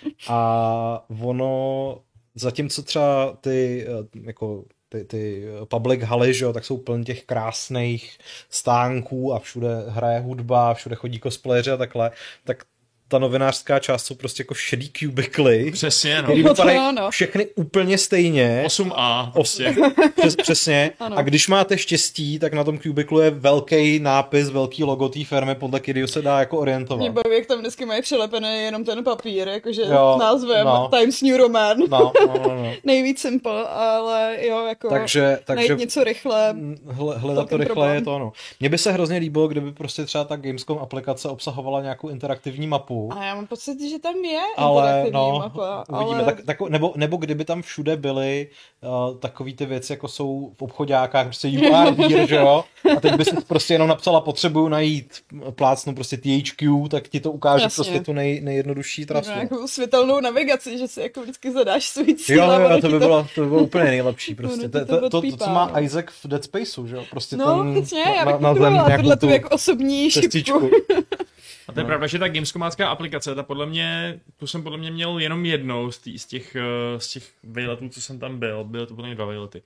A ono, zatímco třeba ty, eh, jako ty, ty public haly, že jo, tak jsou plný těch krásných stánků a všude hraje hudba, všude chodí cosplayeři a takhle, tak ta novinářská část jsou prostě jako šedý cubikly, Přesně, no. který No to vypadají ano. všechny úplně stejně. osm A, Os, prostě. přes, přesně. Ano. A když máte štěstí, tak na tom kubiklu je velký nápis, velký logo té firmy, podle kterého se dá jako orientovat. Mě baví, jak tam vždycky mají přilepený jenom ten papír, jakože Jo, názvem no. Times New Roman. No, no, no, no. Nejvíc simple, ale jo, jako Takže, takže najít něco rychle. hle, hledat to celkem rychle problém. je to ono. Mně by se hrozně líbilo, kdyby prostě třeba ta Gamescom aplikace obsahovala nějakou interaktivní mapu. A já mám pocit, že tam je Ale interaktivní no, mapa, uvidíme. ale... Tak, tak, nebo, nebo kdyby tam všude byly uh, takový ty věci, jako jsou v obchodákách, prostě U R here, že jo? A teď by si prostě jenom napsala, potřebuju najít plácnu prostě T H Q, tak ti to ukáže Jasně. prostě tu nej, nejjednodušší trasu. Nějakou světelnou navigaci, že si jako vždycky zadáš svůj cíl. Jo, a jo, ono to ti by bylo, to by bylo úplně nejlepší prostě. Ono To, ti to, to to, to, odpípá, co má no. Isaac v Dead Spaceu, že jo? Prostě No, ten přesně, já bych na, na zem potřebovala nějakou tohle tu tu jako osobní cestičku. šipku. A to je pravda, že ta gamescomácká aplikace, ta podle mě, tu jsem podle mě měl jenom jednou z, tý, z těch, eh, z těch vejletů, co jsem tam byl, byly to podle mě dva vejlety.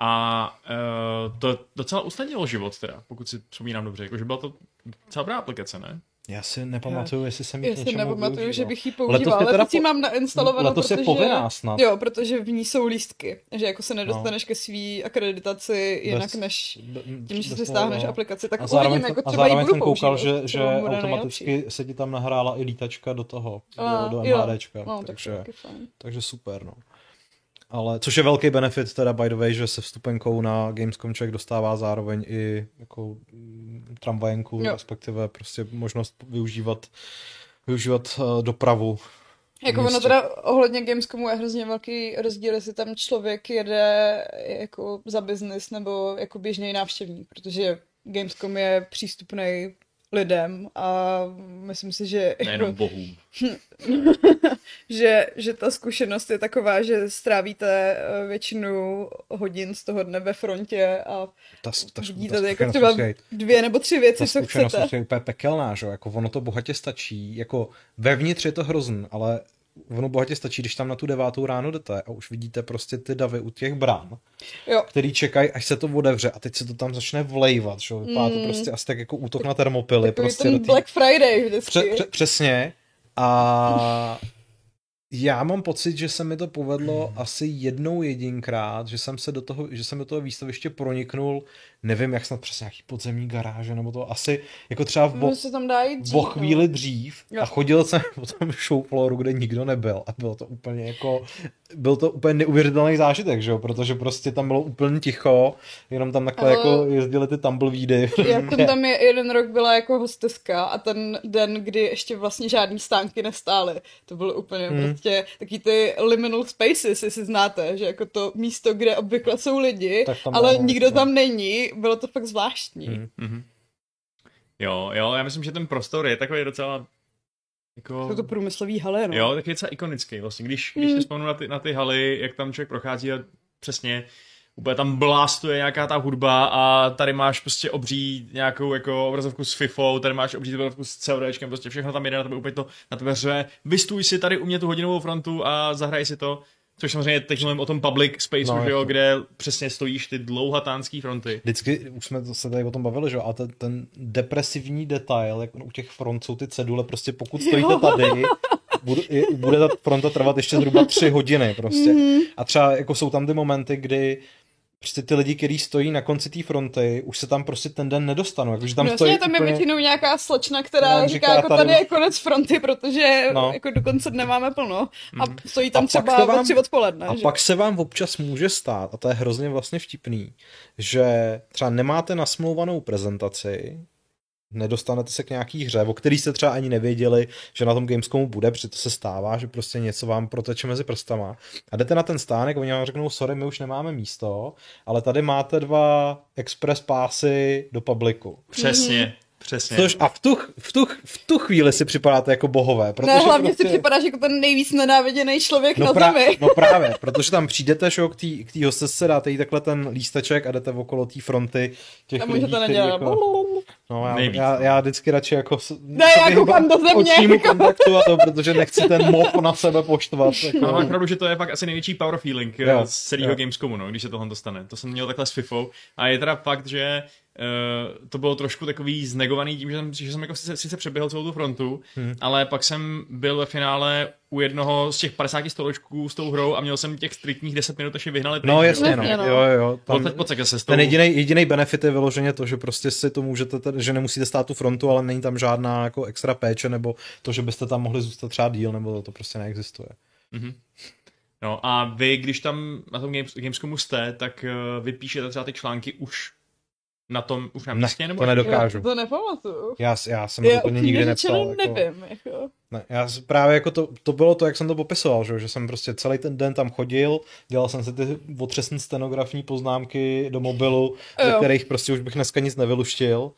A uh, to docela usnadnilo život teda, pokud si vzpomínám dobře, jakože byla to celá dobrá aplikace, ne? Já si nepamatuju, jestli jsem ji Já k si něčemu nepamatuju, využíval. že bych ji Letos používala, je ale teda teď ji po- mám nainstalovanou, letos je protože... povinná snad. Jo, protože v ní jsou lístky, že jako se nedostaneš No. ke svý akreditaci jinak Bez- než be- tím, že bez si toho, stáhneš no. aplikaci, tak A zároveň, uvidím, jsem- jako a třeba ji zároveň budu jsem koukal, používat, že, že to bude automaticky nejlepší. se ti tam nahrála i lítačka do toho, A, do, do jo. MHDčka, No, tak takže, to je taky fajn. takže super, no. Ale, což je velký benefit teda by the way, že se vstupenkou na Gamescom člověk dostává zároveň i jako mm, tramvajenku, Jo. respektive prostě možnost využívat, využívat uh, dopravu Jako ono teda ohledně Gamescomu je hrozně velký rozdíl, jestli tam člověk jede jako za biznis nebo jako běžný návštěvník, protože Gamescom je přístupný lidem a myslím si, že... Nejenom bohům. že, že ta zkušenost je taková, že strávíte většinu hodin z toho dne ve frontě a ta, ta, vidíte ta jako třeba dvě nebo tři věci, co chcete. Ta zkušenost je úplně pekelná, že? Jako ono to bohatě stačí, jako vevnitř je to hrozný, ale ono bohatě stačí, když tam na tu devátou ráno jdete a už vidíte prostě ty davy u těch brán, jo. který čekají, až se to otevře a teď se to tam začne vlejvat, že? Vypadá mm. to prostě asi tak jako útok na termopily. Takový prostě ten do tý... Black Friday vždycky. Pře- pře- přesně. A já mám pocit, že se mi to povedlo asi jednou jedinkrát, že jsem se do toho, že jsem do toho výstaviště proniknul, nevím, jak snad přes nějaký podzemní garáže, nebo to asi jako třeba v bo- se tam dá jít dřív, o chvíli no. dřív jo. a chodil jsem po tom show flooru, kde nikdo nebyl a bylo to úplně jako, byl to úplně neuvěřitelný zážitek, že jo, protože prostě tam bylo úplně ticho, jenom tam takhle Ale... jako jezdili ty tumbleweedy. Já jsem tam je, jeden rok byla jako hosteska a ten den, kdy ještě vlastně žádný stánky nestály, to bylo úplně hmm. prostě taky ty liminal spaces, jestli znáte, že jako to místo, kde obvykle jsou lidi, ale bylo, nikdo tam není, bylo to fakt zvláštní. Hmm. Mm-hmm. Jo, jo, já myslím, že ten prostor je takový docela jako... Jsou to průmyslový haly, no. Jo, takový docela ikonický vlastně, když, když mm. si vzpomenu na ty, na ty haly, jak tam člověk prochází a přesně úplně tam blástuje nějaká ta hudba a tady máš prostě obří nějakou jako obrazovku s FIFou, tady máš obří obrazovku s CODčkem, prostě všechno tam jede na tebe úplně to na tebe řve, vystůj si tady u mě tu hodinovou frontu a zahraj si to. Což samozřejmě teď mluvím o tom public spaceu, no, že jo, kde přesně stojíš ty dlouhatánský fronty. Vždycky, už jsme se tady o tom bavili, že jo, a ten, ten depresivní detail, jak u těch front jsou ty cedule, prostě pokud stojíte tady, bude, bude ta fronta trvat ještě zhruba tři hodiny prostě. Mm. A třeba jako jsou tam ty momenty, kdy prostě ty lidi, kteří stojí na konci té fronty, už se tam prostě ten den nedostanou. Jakože tam no stojí tam úplně... je většinou nějaká slečna, která no, říká, říká, jako tady, tady je konec fronty, protože no. jako do konce dne máme plno. A mm. stojí tam a třeba vám, tři odpoledne. A že? pak se vám občas může stát, a to je hrozně vlastně vtipný, že třeba nemáte nasmlouvanou prezentaci, nedostanete se k nějaký hře, o který jste třeba ani nevěděli, že na tom Gamescomu bude, protože to se stává, že prostě něco vám proteče mezi prstama. A jdete na ten stánek, oni vám řeknou, sorry, my už nemáme místo, ale tady máte dva express pásy do publiku. Přesně. Mm-hmm. Přesně. Což a v tu, v, tu, v tu chvíli si připadáte jako bohové. Protože no hlavně prostě... si připadáš jako ten nejvíc nenáviděný člověk no na pra... zemi. No právě, protože tam přijdete šo, k té k hostesce, dáte jí takhle ten lísteček a jdete okolo té fronty těch lidí, můžete nedělat. Jako... No já, já, já vždycky radši jako ne, já koukám do země. Očnímu kontaktu a to, protože nechci ten mop na sebe poštvat. Jako... No, pravdu, že to je fakt asi největší power feeling jo, z celého Gamescomu, no, když se tohle dostane. To jsem měl takhle s FIFou a je teda fakt, že Uh, to bylo trošku takový znegovaný tím, že jsem, že jsem jako sice, sice přeběhl celou tu frontu, hmm. ale pak jsem byl ve finále u jednoho z těch padesáti stolečků s tou hrou a měl jsem těch striktních deset minut, až je vyhnali. No jasně, no. no. Jo, jo. Tam, Pocať, pocať se ten jedinej, jedinej benefit je vyloženě to, že prostě si to můžete, že nemusíte stát tu frontu, ale není tam žádná jako extra péče, nebo to, že byste tam mohli zůstat třeba díl, nebo to, to prostě neexistuje. Mhm. No a vy, když tam na tom Games, Gamescomu jste, tak uh, vy píšete třeba ty články už na tom, už na místě, nebo? to nedokážu. Já to nepamatuju. Já, já jsem to úplně nikdy nepsal. Já nevím, jako... Ne, já právě jako to, to bylo to, jak jsem to popisoval, že, že jsem prostě celý ten den tam chodil, dělal jsem si ty otřesné stenografní poznámky do mobilu, ze kterých prostě už bych dneska nic nevyluštil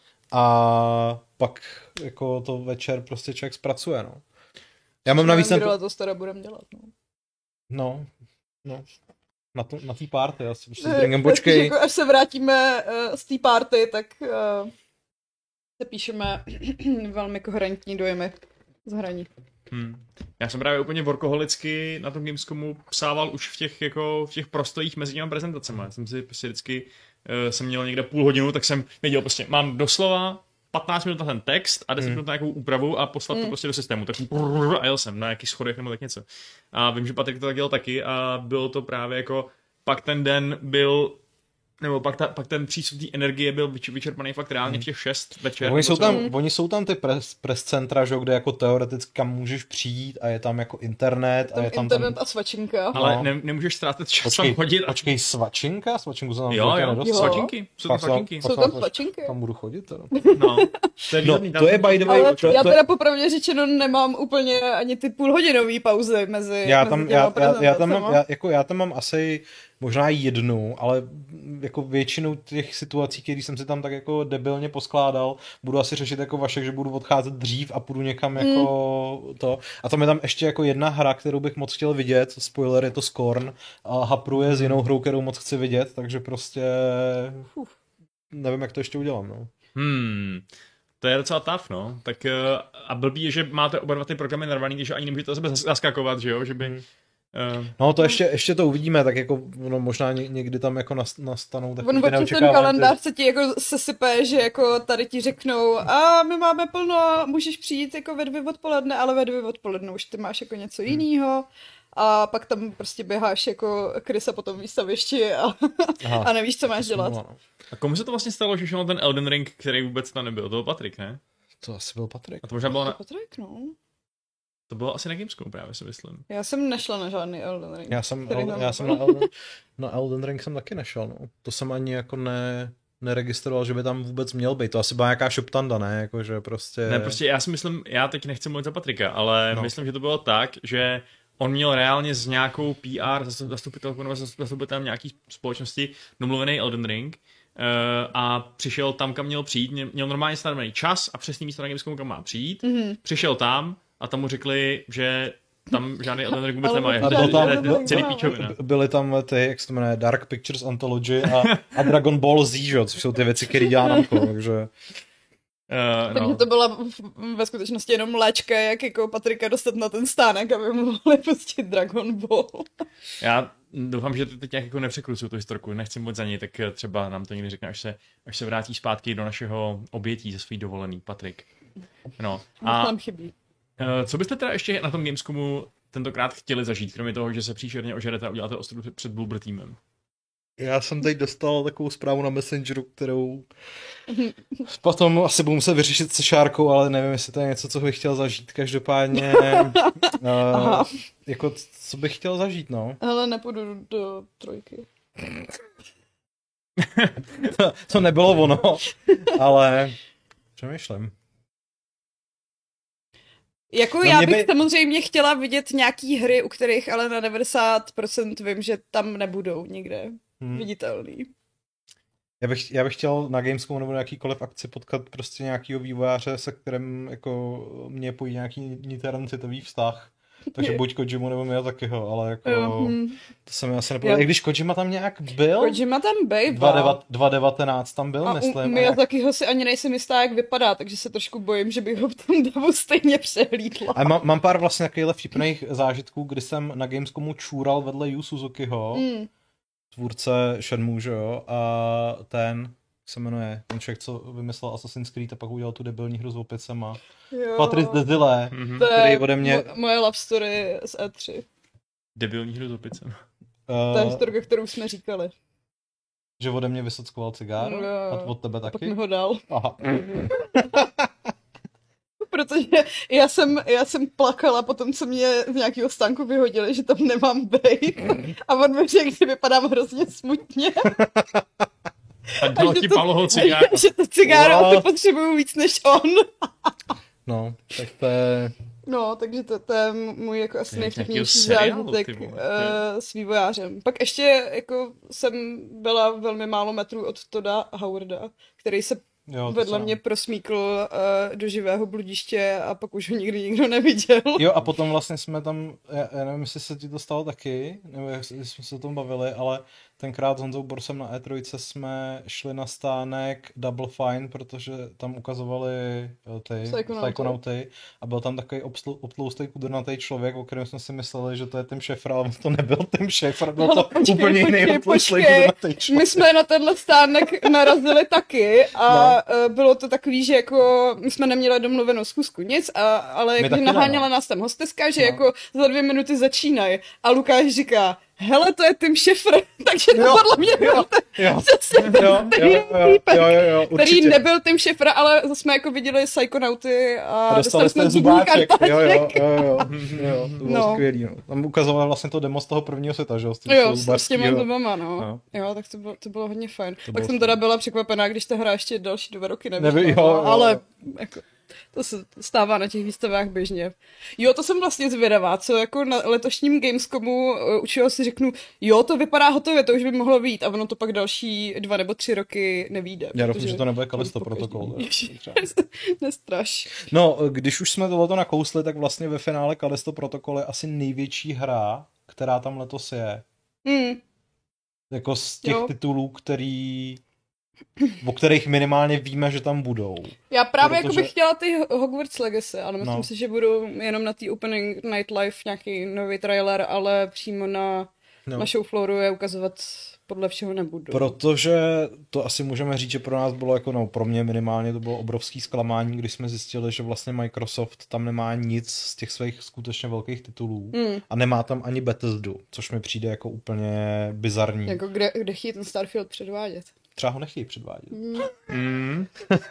a pak jako to večer prostě člověk zpracuje, no. Já mám navíc... Nevím, to teda budem dělat, no. No, no. Na, to, na tý party, asi prostě s Dringem počkej. Jako až se vrátíme uh, z té party, tak uh, se píšeme velmi koherentní dojemy z hraní. Hmm. Já jsem právě úplně workoholicky na tom Gamescomu psával už v těch, jako, v těch prostojích mezi těma prezentacemi. Já jsem si prostě vždycky, uh, jsem měl někde půl hodinu, tak jsem věděl prostě, mám doslova patnáct minut na ten text a deset minut na nějakou úpravu a poslat mm. to prostě do systému. Tak a jel jsem na nějakých schodech nebo tak něco. A vím, že Patrik to tak dělal taky a bylo to právě jako, pak ten den byl nebo pak, ta, pak ten přístup té energie byl vyč, vyčerpaný fakt reálně v těch šest večer. Oni jsou, tam, oni jsou tam ty pres, press centra, že, kde jako teoreticky kam můžeš přijít a je tam jako internet. Tam a je tam internet tam... a svačinka. Ale no. ne, nemůžeš ztrátit čas Počkej, tam chodit. A... počkej, svačinka? Svačinku se tam Jo, jo, nedostal. svačinky. Jsou tam svačinky. Jsou tam svačinky. Tam budu chodit teda. No, to je, no, výborný, to je by the way. Ale to, já to, teda popravdě řečeno nemám úplně ani ty půlhodinové pauzy mezi já tam, mezi já, já, já, tam mám, já, jako já tam mám asi možná jednu, ale jako většinou těch situací, které jsem si tam tak jako debilně poskládal, budu asi řešit jako Vašek, že budu odcházet dřív a půjdu někam jako mm. to. A tam je tam ještě jako jedna hra, kterou bych moc chtěl vidět, spoiler, je to Scorn, a hapruje s jinou hrou, kterou moc chci vidět, takže prostě uf, nevím, jak to ještě udělám, no. Hmm, to je docela tough, no. Tak a blbý je, že máte oba dva ty programy narvaný, když ani nemůžete o sebe zaskakovat, že jo, že by... Hmm. Uh, no to ještě, ještě to uvidíme, tak jako no, možná někdy tam jako nastanou takový ty neočekávané. Ten kalendář se ti jako sesype, že jako tady ti řeknou a my máme plno, můžeš přijít jako ve dvě odpoledne, ale ve dvě odpoledne už ty máš jako něco hmm. jiného. A pak tam prostě běháš jako Krysa po tom výstavišti a, a nevíš, co máš dělat. A komu se to vlastně stalo, že šel ten Elden Ring, který vůbec tam nebyl? To byl Patrik, ne? To asi byl Patrik. A to možná bylo na... Patrik, no. To bylo asi na Gamescomu právě, si myslím. Já jsem nešla na žádný Elden Ring. Já jsem, El, já jsem na, Elden, na Elden Ring jsem taky nešel, no. To jsem ani jako ne... neregistroval, že by tam vůbec měl být. To asi byla nějaká šoptanda, ne? Jako, že prostě... Ne, prostě já si myslím, já teď nechci mluvit za Patrika, ale no. myslím, že to bylo tak, že on měl reálně s nějakou P R zastupitelkou nebo zastupitelem nějaký společnosti domluvený Elden Ring uh, a přišel tam, kam měl přijít, měl normálně stanovený čas a přesný místo na Gamescomu, kam má přijít. Mm-hmm. Přišel tam a tam mu řekli, že tam žádný Elden Ring vůbec nemá. Celý píčovina. Byly tam ty, jak se to jmenuje, Dark Pictures Anthology a, a Dragon Ball Z, že? Což jsou ty věci, které dělá Namco, takže... Uh, Takže no. to byla ve skutečnosti jenom léčka, jak jako Patrika dostat na ten stánek, aby mu mohli pustit Dragon Ball. Já doufám, že teď nějak jako nepřekrucuju tu historku, nechci moc za něj, tak třeba nám to někdy řekne, až se, až se vrátí zpátky do našeho obětí ze svých dovolený, Patrik. No. A nám chybí. Co byste teda ještě na tom Gamescomu tentokrát chtěli zažít, kromě toho, že se příšerně ožerete a uděláte ostudu před Bloober týmem? Já jsem teď dostal takovou zprávu na Messengeru, kterou potom asi budu muset vyřešit se Šárkou, ale nevím, jestli to je něco, co bych chtěl zažít. Každopádně, uh, jako co bych chtěl zažít, no. Ale nepůjdu do trojky. to, to nebylo ono, ale přemýšlím. Jako no já bych by... samozřejmě chtěla vidět nějaký hry, u kterých ale na devadesát procent vím, že tam nebudou nikde hmm. viditelný. Já bych, já bych chtěl na Gamescomu nebo jakýkoliv akci potkat prostě nějakýho vývojáře, se kterým jako mě pojí nějaký niterán citový vztah. Takže buď Kojimu nebo Miyazakiho, ale jako jo, hm. to se mi asi nepovedlo. I když Kojima tam nějak byl. Kojima tam býval. dva devatenáct tam byl, a myslím. A Miyazakiho jak... si ani nejsem jistá, jak vypadá, takže se trošku bojím, že bych ho v tom davu stejně přehlídla. A mám, mám pár vlastně takových vtipných zážitků, kdy jsem na Gamescomu čůral vedle Yu Suzukiho, mm. tvůrce Shenmue, že jo, a ten se jmenuje, ten člověk, co vymyslel Assassin's Creed a pak udělal tu debilní hru s opicema. Patrice Desile, mm-hmm. který ode mě... Mo- moje love story z E tři. Debilní hru s opicem. Uh, to je historka, kterou jsme říkali. Že ode mě vysockoval cigáro? No, a od tebe taky? Pak mi ho dal. Aha. Protože já jsem, já jsem plakala potom, co mě z nějakého stánku vyhodili, že tam nemám bejt. A on mi řekl, že vypadám hrozně smutně. A dal ti Pavloho cigáro. Že to cigáro wow. to potřebuju víc než on. No, tak to je... No, takže to, to je můj jako asi nejvtipnější zážitek uh, s vývojářem. Pak ještě jako jsem byla velmi málo metrů od Toda Howarda, který se jo, vedle mě prosmíkl uh, do živého bludiště a pak už ho nikdy nikdo neviděl. Jo, a potom vlastně jsme tam, já, já nevím, jestli se ti to stalo taky, nebo jestli jsme se o tom bavili, ale tenkrát s Honzou Borsem na E tři jsme šli na stánek Double Fine, protože tam ukazovali ty Psychonauty a byl tam takový obslu, obtloustý kudrnatý člověk, o kterém jsme si mysleli, že to je Tim Schafer, ale to nebyl Tim Schafer, byl to počkej, úplně jiný obtloustý kudrnatý člověk. My jsme na tenhle stánek narazili taky a no. bylo to takový, že jako my jsme neměli domluvenou schůzku nic, a, ale když naháněla nás tam hosteska, že no. jako za dvě minuty začínají a Lukáš říká, hele, to je Tim Schafer, takže to Jo, podle mě byl ten Jo, přesně jo, jo, který jo, jo, týpek, jo, jo, jo, který určitě. nebyl Tim Schafer, ale zase jsme jako viděli Psychonauty a, A dostali jste zubní zubáček, jo, jo, kartáček. jo, jo, jo, to bylo No. skvělý, no. Tam ukazoval vlastně to demo z toho prvního světa, že jo, s tím Jo, s, s zubařskýho. těma zubama, no. No. Jo, tak to bylo, to bylo hodně fajn. To Pak bylo jsem teda byla překvapená, když ta hra ještě další dva roky nevyšla, Nevy- jo, no, jo, ale jo. jako, to se stává na těch výstavách běžně. Jo, to jsem vlastně zvědavá, co jako na letošním Gamescomu uh, u čeho si řeknu, jo, to vypadá hotově, to už by mohlo vyjít a ono to pak další dva nebo tři roky nevyjde. Já doufám, protože že to nebude Callisto to protokol. pokaždý. třeba. Nestraš. No, když už jsme tohleto nakousli, tak vlastně ve finále Callisto Protocol je asi největší hra, která tam letos je. Hmm. Jako z těch Jo. titulů, který, o kterých minimálně víme, že tam budou. Já právě Protože- jako bych chtěla ty Hogwarts Legacy, ale myslím No. si, že budu jenom na té Opening Night Live nějaký nový trailer, ale přímo na, No. na show flooru je ukazovat podle všeho nebudu. Protože to asi můžeme říct, že pro nás bylo jako, no pro mě minimálně to bylo obrovský zklamání, když jsme zjistili, že vlastně Microsoft tam nemá nic z těch svých skutečně velkých titulů Hmm. a nemá tam ani Bethesdu, což mi přijde jako úplně bizarní. Jako kde, kde chtějí ten Starfield předvádět. Třeba ho nechtějí předvádět. Mm.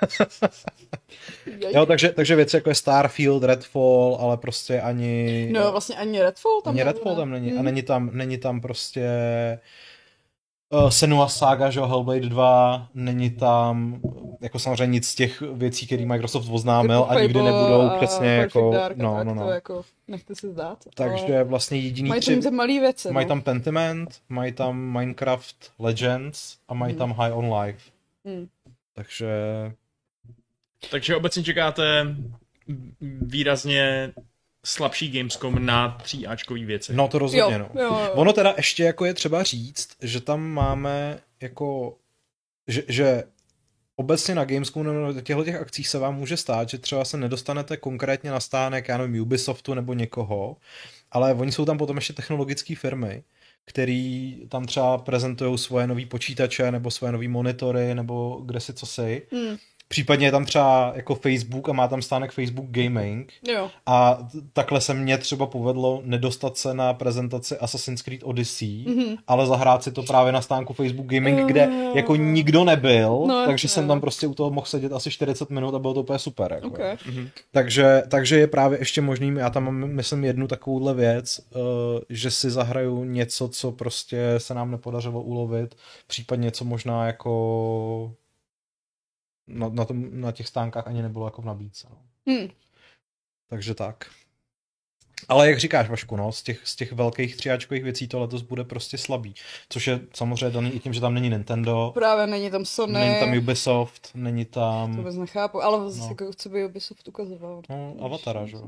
Jo, takže, takže věci jako je Starfield, Redfall, ale prostě ani... No vlastně ani Redfall tam ani nebude. Redfall tam není. A Hmm. není tam, není tam prostě uh, Senua Saga, že jo, Hellblade dva, není tam jako samozřejmě nic z těch věcí, které Microsoft oznámil a nikdy Fable nebudou a přesně Perfect jako... Dark a No, tak, no, To no. jako nechte si zdát. Takže ale vlastně jediný mají tři... tam ty malý věci. Mají no. tam Pentiment, mají tam Minecraft Legends a mají Hmm. tam High on Life. Hmm. Takže... Takže obecně čekáte výrazně slabší Gamescom na tříáčkový věci. No to rozhodně, Jo, no. jo, jo. Ono teda ještě jako je třeba říct, že tam máme jako, že, že obecně na Gamescomu nebo na těchto těch akcích se vám může stát, že třeba se nedostanete konkrétně na stánek, já nevím, Ubisoftu nebo někoho, ale oni jsou tam potom ještě technologické firmy, který tam třeba prezentují svoje nový počítače nebo svoje nový monitory nebo kde si co si. Hmm. Případně je tam třeba jako Facebook a má tam stánek Facebook Gaming. Jo. A t- takhle se mně třeba povedlo nedostat se na prezentaci Assassin's Creed Odyssey, Mhm. ale zahrát si to právě na stánku Facebook Gaming, Jo, kde jo, jako jo. nikdo nebyl, No, takže jasně, jsem jo. tam prostě u toho mohl sedět asi čtyřicet minut a bylo to úplně super. Jako. Okay. Mhm. Takže, takže je právě ještě možný, já tam mám, myslím, jednu takovouhle věc, uh, že si zahraju něco, co prostě se nám nepodařilo ulovit, případně něco možná jako na, na, tom, na těch stánkách ani nebylo jako v nabídce. No. Hmm. Takže tak. Ale jak říkáš, Vašku, no, z těch, z těch velkých tříáčkových věcí to letos bude prostě slabý. Což je samozřejmě daný i tím, že tam není Nintendo, Právě není tam Sony. není tam Ubisoft, není To tam vůbec nechápu, ale zase No. jako co by Ubisoft ukazoval. no, Avatara, že jo.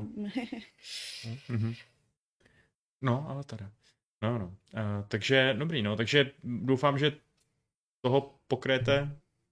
Mhm. No, ale teda. No, no. Uh, takže, dobrý, no, takže doufám, že toho pokryjete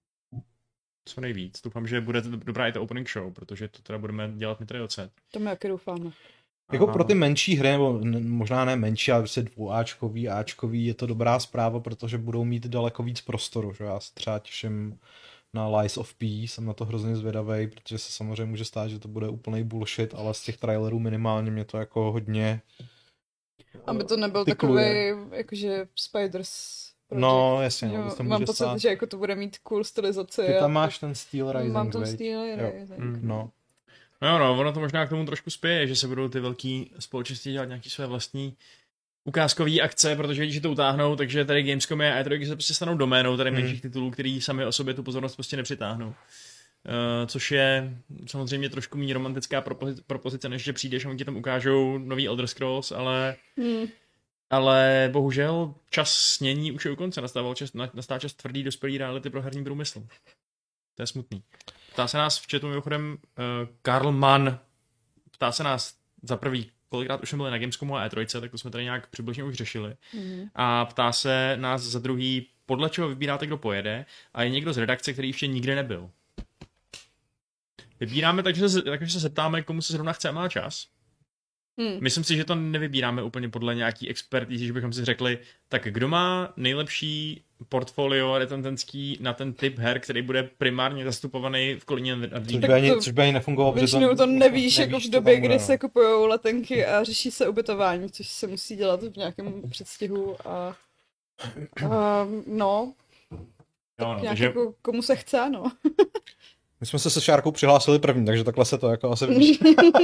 co nejvíc. Doufám, že bude dobrá i ta opening show, protože to teda budeme dělat my tady ocet. To my jaký doufáme. Jako pro ty menší hry, nebo n- možná ne menší, ale prostě dvouáčkový, áčkový, je to dobrá zpráva, protože budou mít daleko víc prostoru, že já se třeba těším na Lies of P, jsem na to hrozně zvědavej, protože se samozřejmě může stát, že to bude úplný bullshit, ale z těch trailerů minimálně mě to jako hodně Aby to nebyl tykluje. takový, jakože Spiders Project. No, jasně, no, Jo, to mám může pocit, stát. že jako to bude mít cool stylizaci. Ty a- tam máš ten Steel Rising, Mám tam veď? Steel Jo. Rising. Mm. No. No jo, no, ono to možná k tomu trošku spěje, že se budou ty velký společnosti dělat nějaký své vlastní ukázkové akce, protože vidíš, že to utáhnou, takže tady Gamescom a E tři se prostě stanou doménou tady Hmm. menších titulů, který sami o sobě tu pozornost prostě nepřitáhnou. Uh, což je samozřejmě trošku méně romantická propozice, propozice, než že přijdeš a oni ti tam ukážou nový Elder Scrolls, ale Hmm. ale bohužel čas snění už je u konce, nastával čas, nastává čas tvrdý dospělý reality pro herní průmysl. To je smutný. Ptá se nás v chatu mimochodem uh, Karl Mann, ptá se nás za prvý, kolikrát už jsme byli na Gamescomu a E tři, tak to jsme tady nějak přibližně už řešili. Mhm. A ptá se nás za druhý, podle čeho vybíráte, kdo pojede, a je někdo z redakce, který ještě nikdy nebyl. Vybíráme, takže se, takže se zeptáme, komu se zrovna chce a má čas. Hmm. Myslím si, že to nevybíráme úplně podle nějaký expertízy, že bychom si řekli, tak kdo má nejlepší portfolio retententský na ten typ her, který bude primárně zastupovaný v Kolíně nad Což by ani, což by ani nefungovalo, protože většinou to nevíš, jako v době, bude, kdy no. se kupují letenky a řeší se ubytování, což se musí dělat v nějakém předstihu a, a no, Jo, no, nějak takže jako komu se chce, no. My jsme se se Šárkou přihlásili první, takže takhle se to jako asi vidí.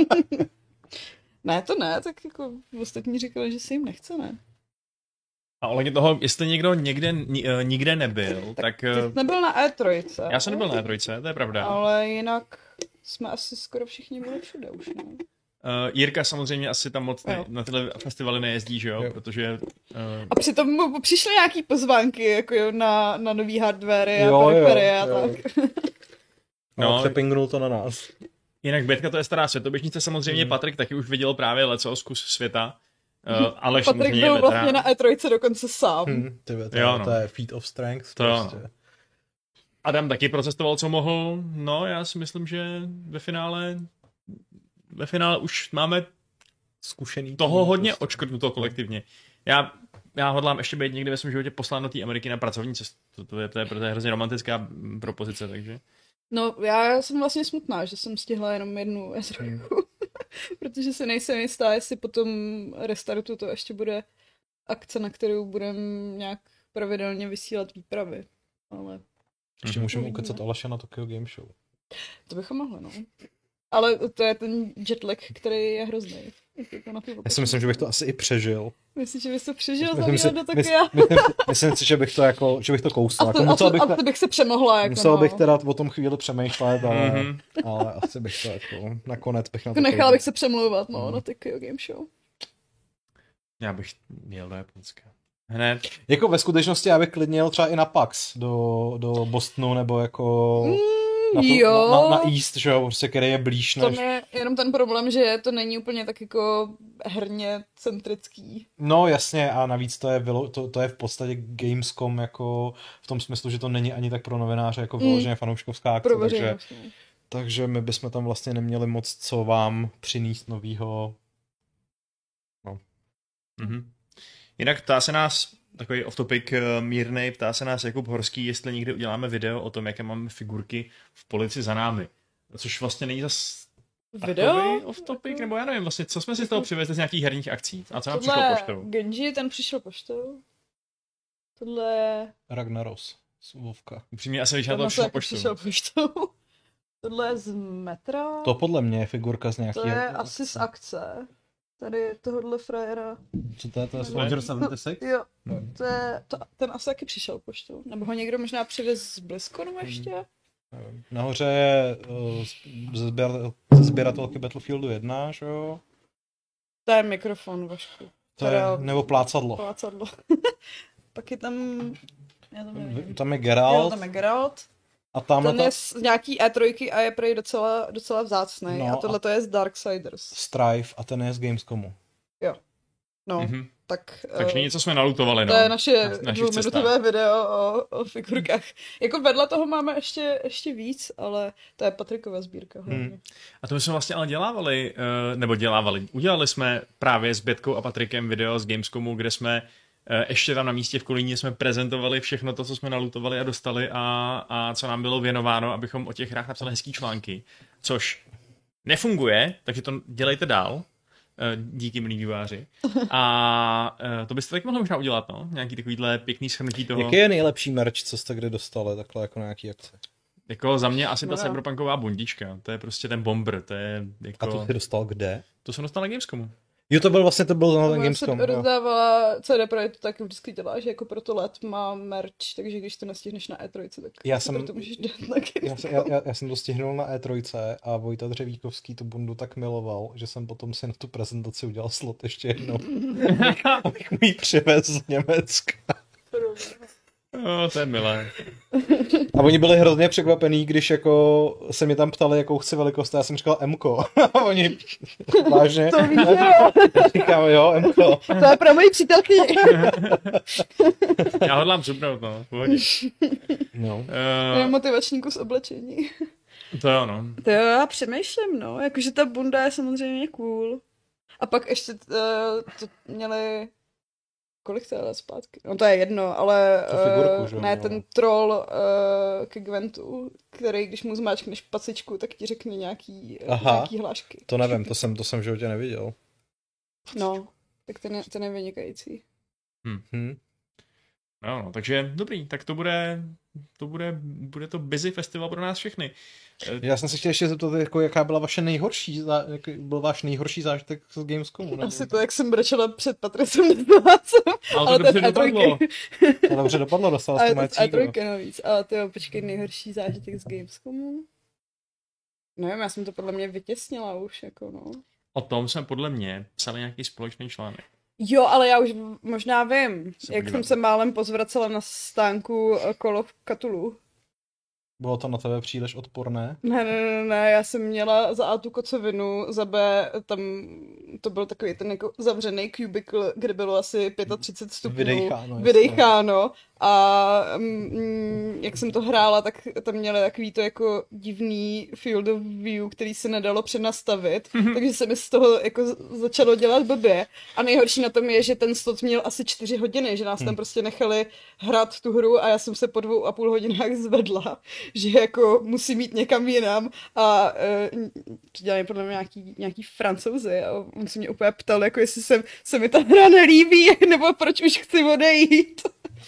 Ne, to ne, tak jako ostatní říkali, že se jim nechce, ne? a ohledně toho, jestli někdo někde ni- eh, nikde nebyl, tak, tak Ty jsi nebyl na E tři. já jsem nebyl na E tři, to je pravda. Ale jinak jsme asi skoro všichni byli všude už, ne? Uh, Jirka samozřejmě asi tam moc ne, Jo. na tyhle festivaly nejezdí, že jo, Jo. protože... Uh, A přitom mu přišly nějaký pozvánky, jako jo, na, na nový hardware a Jo, periferie jo, a jo. tak. No, No. přepingnul to na nás. jinak Bětka to je stará světoběžnice, samozřejmě Mm. Patrik taky už viděl právě lecos kus světa, uh, ale Patrik samozřejmě byl veterán. vlastně na E tři dokonce sám. Hm, tyhle, to, Jo, jo, no. to je feat of strength. To jo, prostě. Adam taky procestoval, co mohl, no já si myslím, že ve finále ve finále už máme Zkušený. toho tým, hodně prostě. odškrtnuto kolektivně. Já, já hodlám ještě být někdy ve svém životě poslán do té Ameriky na pracovní cestu. To, to, je, to, je, to je hrozně romantická mm, propozice, takže... No, já jsem vlastně smutná, že jsem stihla jenom jednu E tři. Hmm. Protože si nejsem jistá, jestli po tom restartu to ještě bude akce, na kterou budeme nějak pravidelně vysílat výpravy. Ale Ještě Mhm. můžeme Uvidíme. ukecat Aleša na Tokyo Game Show. to bychom mohli, no. Ale to je ten jetlag, který je hrozný. Jako na ty Já si myslím, že bych to asi i přežil. Myslím, že bys to přežil za Myslím si, výlet do mys, Tokia. myslím, myslím si, že bych to jako, že bych to kousl. A Jako to, a musel to, bych, a ta, to bych se přemohla, jako musel no. bych teda o tom chvíli přemýšlet, ale, Mhm. ale asi bych to jako nakonec bych na to Jako nechala koukl. bych se přemlouvat, no, Mhm. na Tokyo Game Show. Já bych jel do Japonska. Hned. Jako ve skutečnosti já bych klidně jel třeba i na PAX do, do Bostonu, nebo jako na, to, jo. na, na East, že jo, prostě, který je blíž To než... je jenom ten problém, že to není úplně tak jako herně centrický. No jasně, a navíc to je, vylo, to, to je v podstatě Gamescom jako v tom smyslu, že to není ani tak pro novináře jako vyloženě fanouškovská akce, Pro takže, veřejnost. no. takže my bychom tam vlastně neměli moc co vám přinést novýho. Mhm. Jinak ptá se nás, takový off-topic uh, mírnej, ptá se nás Jakub Horský, jestli někdy uděláme video o tom, jaké máme figurky v Polici za námi. Což vlastně není zas Video? takový off-topic, nebo já nevím vlastně, co jsme si z toho přivezli z nějakých herních akcí a co nám přišlo Tohle poštou. Genji, ten přišel poštou. Tohle je... Ragnaros z Vovka. Upřímně asi většina toho Tohle přišlo taky poštou. přišel poštou. Tohle je z metra. To podle mě je figurka z nějaký... To je asi z akce. Tady tohohle frajera. Co to je? To je Soldier Soldier sedmdesát šest? Jo, to je, to, ten asi taky přišel poštou. Nebo ho někdo možná přivez z BlizzConu ještě? Nevím. Nahoře je uh, ze, sběr, ze sběratelky Battlefieldu jedna, že jo? To je mikrofon, Vašku. To je, nebo plácadlo. Plácadlo. Pak je tam... Já to nevím. Tam je Jo, Geralt tam je Geralt. a tam Ten ta je z nějaký E tři a je prej docela, docela vzácný. No a tohle to je z Darksiders. Strife a ten je z Gamescomu. No, Mhm. tak... Takže eh, něco jsme nalutovali, no. To je naše na našich dvouminutové cestách. video o, o figurkách. Jako vedle toho máme ještě, ještě víc, ale to je Patrikova sbírka hlavně. Hmm. A to my jsme vlastně ale dělávali, eh, nebo dělávali, udělali jsme právě s Bětkou a Patrikem video z Gamescomu, kde jsme eh, ještě tam na místě v Kolíně jsme prezentovali všechno to, co jsme nalutovali a dostali a, a co nám bylo věnováno, abychom o těch hrách napsali hezký články, což nefunguje, takže to dělejte dál. eh, Díky, milí výváři. A eh, to byste taky mohli možná udělat, no? Nějaký takovýhle pěkný shrnutí toho. Jaký je nejlepší merch, co jste kdy dostali, takhle jako na nějaký akce? Jako za mě asi ta No. cyberpunková bundička. To je prostě ten bomber. To je A jako... to jsi dostal kde? To jsem dostal na Gamescomu. Jo, to byl vlastně, to byl na ten Já Gamescom. se Jo. rozdávala, C D Projekt to taky vždycky dělá, že jako pro to let má merch, takže když to nestihneš na E tři, tak Já si jsem- proto můžeš dát na Já, Gamescom. se, já, já, já jsem to stihnul na E tři a Vojta Dřevíkovský tu bundu tak miloval, že jsem potom si na tu prezentaci udělal slot ještě jednou, abych mu ji přivez z Německa. Oh, to je milé. A oni byli hrozně překvapení, když jako se mě tam ptali, jakou chci velikost, a já jsem říkal M-ko. A oni vážně. To víš, Říkám, jo, M-ko. to je pro moji přítelkyni. Já hodlám zubnout, no. v pohodě. No. To je Uh, motivační kus oblečení. to jo, no. To jo, já přemýšlím, no, jakože ta bunda je samozřejmě cool. A pak ještě uh, to měli... Kolik to je let zpátky? No to je jedno, ale To figurku, uh, že jo, ne, měla. ten troll uh, k Gwentu, který když mu zmáčkneš pacičku, tak ti řekne nějaký, Aha. nějaký hlášky. To nevím, to jsem, to jsem v životě neviděl. No, tak ten je, ten je vynikající. Hm. No, no, takže dobrý, tak to bude, to bude, bude to busy festival pro nás všechny. Já jsem se chtěl ještě zeptat, jako, jaká byla vaše nejhorší, zá- jaký byl váš nejhorší zážitek z Gamescomu? Ne? Asi to, jak jsem brečela před Patricem Neznácem. Ale to dobře dopadlo. To dobře dopadlo, dostala jste A, moje a cíko. trojka navíc. Ale tyjo, počkej, nejhorší zážitek z Gamescomu? Nevím, já jsem to podle mě vytěsnila už, jako no. O tom jsme podle mě psali nějaký společný článek. Jo, ale já už možná vím, Se jak podívám. jsem se málem pozvracela na stánku Call of Cthulhu. Bylo to na tebe příliš odporné? Ne, ne, ne, ne, já jsem měla za A tu kocovinu, za B tam to byl takový ten jako zavřený cubicle, kde bylo asi třicet pět stupňů. Vydejcháno, jasně. Vydejcháno. A mm, jak jsem to hrála, tak tam měli takový to jako divný field of view, který se nedalo přenastavit, takže se mi z toho jako z- začalo dělat blbě. A nejhorší na tom je, že ten slot měl asi čtyři hodiny, že nás tam prostě nechali hrát tu hru a já jsem se po dvou a půl hodinách zvedla, že jako musím jít někam jinam a uh, to dělají podle mě nějaký, nějaký Francouzi a on se mě úplně ptal, jako jestli se, se mi ta hra nelíbí, nebo proč už chci odejít.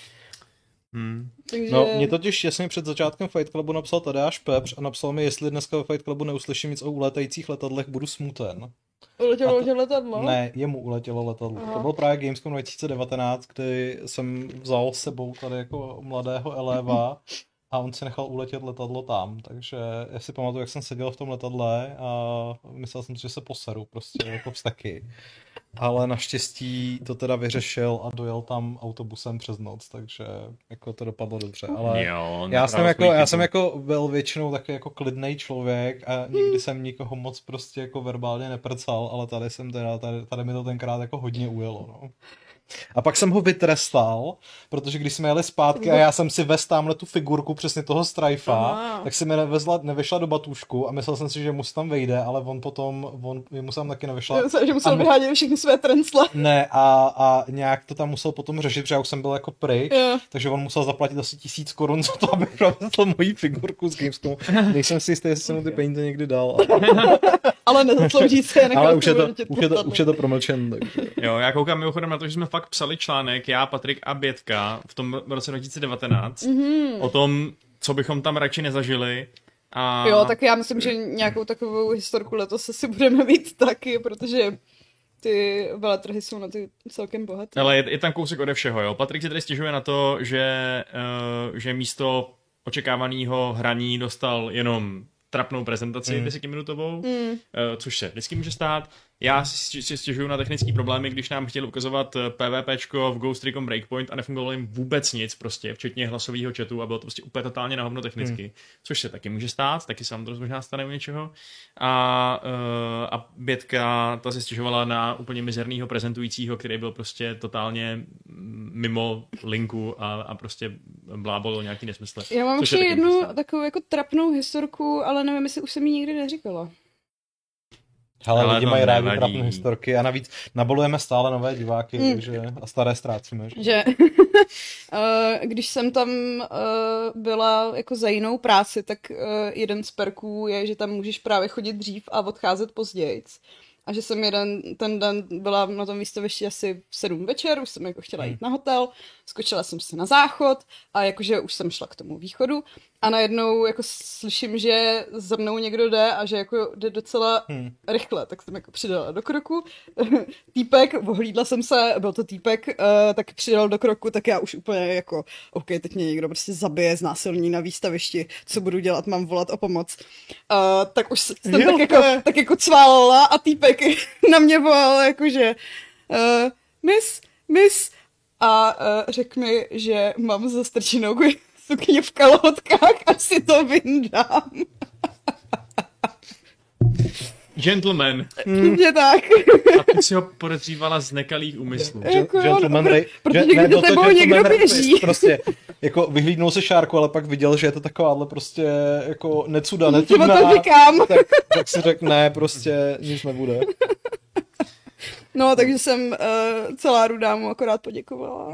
Hmm. Takže... No, mě totiž jasně před začátkem Fight Clubu napsal Tadeáš Pepř a napsal mi, jestli dneska ve Fight Clubu neuslyším nic o ulétajících letadlech, budu smuten. Uletělo, A to- uletělo letadlo? Ne, jemu uletělo letadlo. Aha. To byl právě Gamescom dva tisíce devatenáct, kdy jsem vzal s sebou tady jako mladého Eleva a on si nechal uletět letadlo tam, takže já si pamatuju, jak jsem seděl v tom letadle a myslel jsem si, že se poseru prostě jako vztaky. Ale naštěstí to teda vyřešil a dojel tam autobusem přes noc, takže jako to dopadlo dobře. Ale Jo, já jsem, napravil jako, svůj já jsem chybu. jako byl většinou taky jako klidnej člověk a nikdy jsem nikoho moc prostě jako verbálně neprcal, ale tady jsem teda, tady, tady mi to tenkrát jako hodně ujelo, no. A pak jsem ho vytrestal, protože když jsme jeli zpátky a já jsem si vez tamhle tu figurku přesně toho Strifea, Aha. tak si mi nevezla, nevyšla do batůžku a myslel jsem si, že mu se tam vejde, ale on potom, on, mu se tam taky nevyšla. Já myslím, že musel A mu- vyhádět všechny své trencle. Ne, a, a nějak to tam musel potom řešit, protože já už jsem byl jako pryč, Jo. takže on musel zaplatit asi tisíc korun za to, aby provezl moji figurku z Gamescomu. Nejsem si jistý, jestli jsem mu ty peníze někdy dal. Ale nezaslouží se. nechal Ale už je, si to, uletět už, je to, letadlo. už je to promlčen. Takže. Jo, já koukám mimochodem na to, že jsme fakt psali článek, já, Patrik a Bětka v tom roce dva tisíce devatenáct Mhm. o tom, co bychom tam radši nezažili. A... Jo, tak já myslím, že nějakou takovou historku letos asi budeme mít taky, protože ty veletrhy jsou na ty celkem bohaté. Ale je, je tam kousek ode všeho, jo. Patrik si tady stěžuje na to, že, uh, že místo očekávaného hraní dostal jenom trapnou prezentaci Mm. desetiminutovou, Mm. uh, což se vždycky může stát. Já si, si stěžuju na technické problémy, když nám chtěli ukazovat PvPčko v Ghost Recon Breakpoint a nefungovalo jim vůbec nic prostě, včetně hlasového chatu a bylo to prostě úplně totálně na hovno technicky, hmm. což se taky může stát, taky se vám to možná stane u něčeho. A, uh, a Bětka ta se stěžovala na úplně mizernýho prezentujícího, který byl prostě totálně mimo linku a, a prostě blábolo nějaký nesmysl. Já mám což je ještě taky může jednu stát. takovou jako trapnou historku, ale nevím, jestli už jsem ji nikdy neříkala. Hele, Ale lidi to mají rádi nevadí. trapné historky a navíc nabolujeme stále nové diváky, Mm. takže a staré ztrácíme. Že? Že eh, když jsem tam eh, byla jako za jinou práci, tak eh, jeden z perků je, že tam můžeš právě chodit dřív a odcházet později. A že jsem jeden, ten den byla na tom výstavišti asi v sedm večer, už jsem jako chtěla jít na hotel, skočila jsem se na záchod a jakože už jsem šla k tomu východu a najednou jako slyším, že za mnou někdo jde a že jako jde docela Hmm. rychle, tak jsem jako přidala do kroku. Týpek, ohlídla jsem se, byl to týpek, uh, tak přidal do kroku, tak já už úplně jako, OK, teď mě někdo prostě zabije, znásilní na výstavišti, co budu dělat, mám volat o pomoc. Uh, tak už jsem Jo, tak, to jako, je- tak jako cválala a týpek na mě volal jakože uh, miss, miss a uh, řekl mi, že mám zastrčenou sukně v kalhotkách a si to vyndám. Gentleman. Přesně tak. A ty si ho podezřívala z nekalých úmyslů. Jako jo, Gentleman Ray, protože gen- ne, někde byl to tebou Gentleman někdo Ray, běží. prostě jako vyhlídnul se šárku, ale pak viděl, že je to takováhle prostě jako necuda, Třeba necudná, to říkám. tak, tak si řekl, ne, prostě nic nebude. No, takže jsem uh, celá rudá mu akorát poděkovala.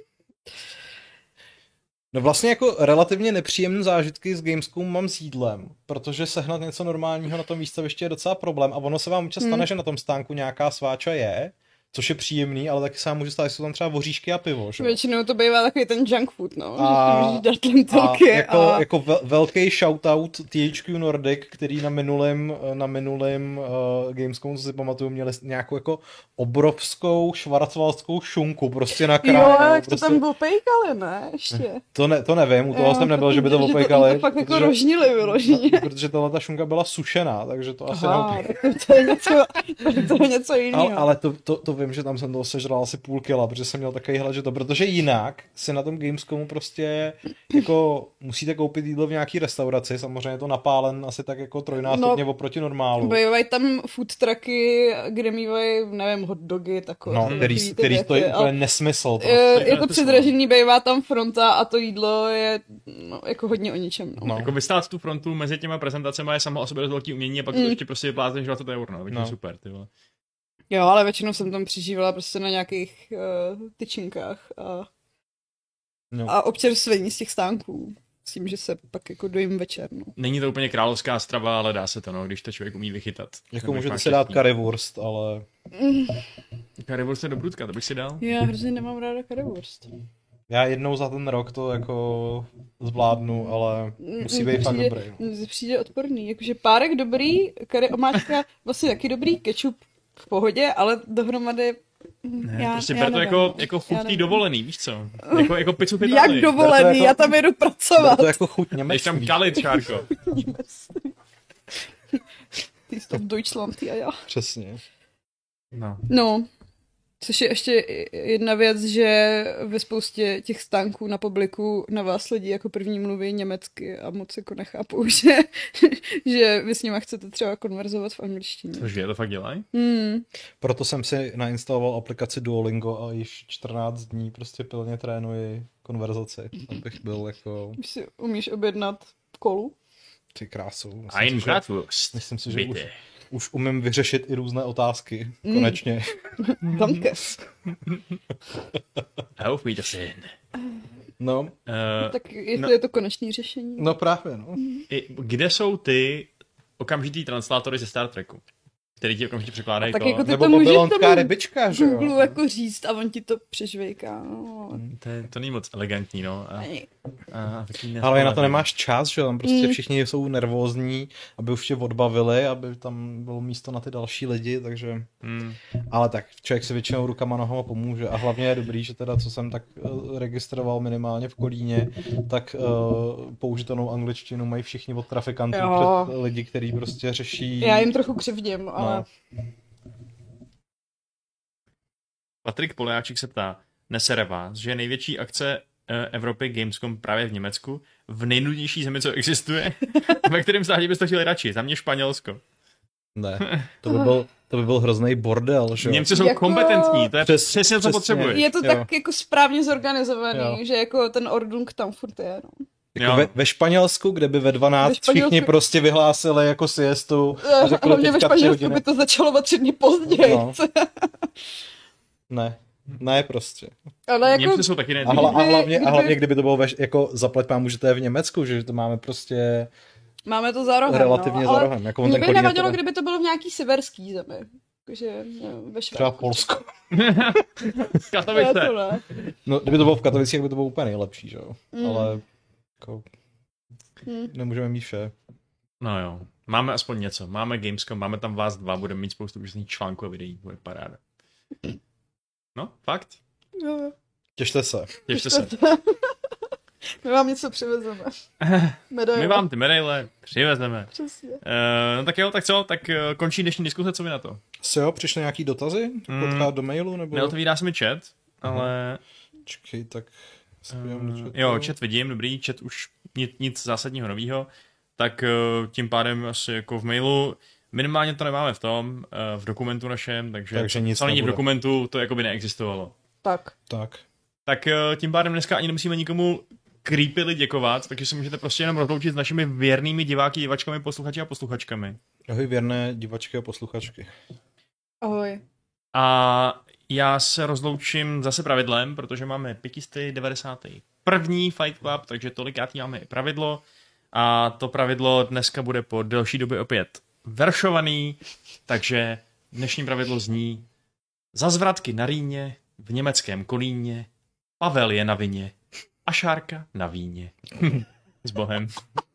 No vlastně jako relativně nepříjemné zážitky s Gamescom mám s jídlem, protože sehnat něco normálního na tom výstavišti je docela problém a ono se vám občas stane, hmm. že na tom stánku nějaká sváča je, což je příjemný, ale taky se vám může stát, že jsou tam třeba voříšky a pivo, že? Většinou to bývá takový ten junk food, no. A, můžeš dát lentilky a jako, a... jako vel, velký shoutout T H Q Nordic, který na minulém na minulém uh, Gamescomu, co si pamatuju, měli nějakou jako obrovskou švarcvalskou šunku prostě na kraji. Jo, jak prostě... to tam opejkali, ne? Ještě. To, ne, to nevím, u toho jo, jsem nebyl, že by to že opejkali. To, to fakt jako rožnili vyloženě. No, protože tahle ta šunka byla sušená, takže to asi Aha, to je něco, to je něco jiného. Ale, ale to, to, to vím, že tam jsem toho sežral asi půl kila, protože jsem měl takový hled, že to, protože jinak si na tom Gamescomu prostě jako musíte koupit jídlo v nějaký restauraci, samozřejmě je to napálen asi tak jako trojnásobně no, oproti normálu. Bývají tam food trucky, kde mývají, nevím, hot dogy, takové. No, který, který stojí úplně nesmysl. Prostě. Je, je to předražený, bývá tam fronta a to jídlo je no, jako hodně o ničem. No. No. Jako vystát tu frontu mezi těma prezentacemi je samo o sobě dost velký umění a pak mm. to ještě prostě vyplácíš dvacet eur, no, no. super, ty vole. Jo, ale většinou jsem tam přežívala prostě na nějakých uh, tyčinkách a, no. a občerstvení z těch stánků. S tím, že se pak jako dojím večer. No. Není to úplně královská strava, ale dá se to, no, když to člověk umí vychytat. Jako můžete si dát currywurst, ale... Mm. Currywurst je do brudka, to bych si dal. Já hrozně nemám ráda currywurst. Já jednou za ten rok to jako zvládnu, ale musí být fakt dobrý. Mně no. přijde odporný, jakože párek dobrý, curry omáčka vlastně taky dobrý, kečup v pohodě, ale dohromady... Ne, já, prostě já ber to nevím, jako, jako chutný dovolený, víš co? Jako, jako pizzu v Jak dovolený, jako, já tam jedu pracovat. To jako chuť německý. Jdeš tam kalit, Šárko. Ty jsi to v Deutschland, ty a já. Přesně. No. No. Což je ještě jedna věc, že ve spoustě těch stánků na publiku na vás lidi jako první mluví německy a moc jako nechápou, že, že vy s nima chcete třeba konverzovat v angličtině. Cože, to fakt dělají? Hmm. Proto jsem si nainstaloval aplikaci Duolingo a již čtrnáct dní prostě pilně trénuji konverzaci, abych byl jako... Už si umíš objednat kolu? Ty krásu. Ein Bratwurst. Myslím si, že už, už umím vyřešit i různé otázky. Konečně. Mm. Danke. Auf Wiedersehen. No. Uh, tak jestli no, je to konečný řešení. No právě, no. Kde jsou ty okamžitý translátory ze Star Treku? Který ti okamžitě překládají tak to. Jako ty nebo to můžeš babylonská rybička, že jo? Google jako říct a on ti to přežvejká. No. To, je, to není moc elegantní, no. A, a, a ale na to nemáš čas, že jo? Tam prostě mm. všichni jsou nervózní, aby už tě odbavili, aby tam bylo místo na ty další lidi, takže... Mm. Ale tak, člověk si většinou rukama nohama pomůže a hlavně je dobrý, že teda, co jsem tak uh, registroval minimálně v Kolíně, tak uh, použitelnou angličtinu mají všichni od trafikantů jo. před lidi, kteří prostě řeší... Já jim trochu křivdím, ale... No. Patrik Polejáček se ptá, nesere vás, že je největší akce Evropy Gamescom právě v Německu, v nejnudnější zemi, co existuje, ve kterém státě bys to chtěli radši, za mě Španělsko. Ne, to by byl, to by byl hrozný bordel, že? Němci jsou jako... kompetentní, to je Přes, přesně, co potřebuješ. Je to jo. tak jako správně zorganizovaný, jo. že jako ten Ordnung tam furt je, no. Jako ve, ve Španělsku, kde by ve dvanáct ve Španělsku... všichni prostě vyhlásili jako siestu a řekli hlavně ve Španělsku by to začalo o tři dny později. No. Ne, ne prostě. Ale jako... Němci jsou taky a, hla, a, hlavně, a hlavně, kdyby to bylo ve, jako zaplať pámu, že to je v Německu, že to máme prostě... Máme to za rohem, relativně no, za rohem. Jako mě by nevadilo, kdyby to bylo v nějaký severský zemi. Takže ve Švédsku. Třeba Polsko. Katovice. No, kdyby to bylo v Katovicích, by to bylo úplně nejlepší, že jo. Mm. Ale jako... Mm. Nemůžeme mít vše. No jo. Máme aspoň něco. Máme Gamescom, máme tam vás dva, budeme mít spoustu úžasných článků a videí. Bude paráda. No, fakt. Jo. Těšte se. Těšte se. My vám něco přivezeme. Medaile. My vám ty medaile přivezeme. Přesně. Uh, no tak jo, tak co? Tak uh, končí dnešní diskuse, co vy na to? Se jo, přišly nějaký dotazy? Mm. Potká do mailu? Nebo... Neotevírá se mi chat, ale... Čekej, tak... Uh, jo, chat vidím, dobrý, chat už nic, nic zásadního novýho. Tak uh, tím pádem asi jako v mailu minimálně to nemáme v tom, uh, v dokumentu našem, takže, takže nic co není v dokumentu, to jako by neexistovalo. Tak. Tak. Tak uh, tím pádem dneska ani nemusíme nikomu creepily děkovat, takže se můžete prostě jenom rozloučit s našimi věrnými diváky, divačkami, posluchači a posluchačkami. Ahoj věrné divačky a posluchačky. Ahoj. A já se rozloučím zase pravidlem, protože máme pětisty devadesátý první Fight Club, takže tolikátý máme i pravidlo. A to pravidlo dneska bude po delší době opět veršovaný, takže dnešní pravidlo zní: za zvratky na Rýně, v německém Kolíně, Pavel je na vině a Šárka na víně. S Bohem.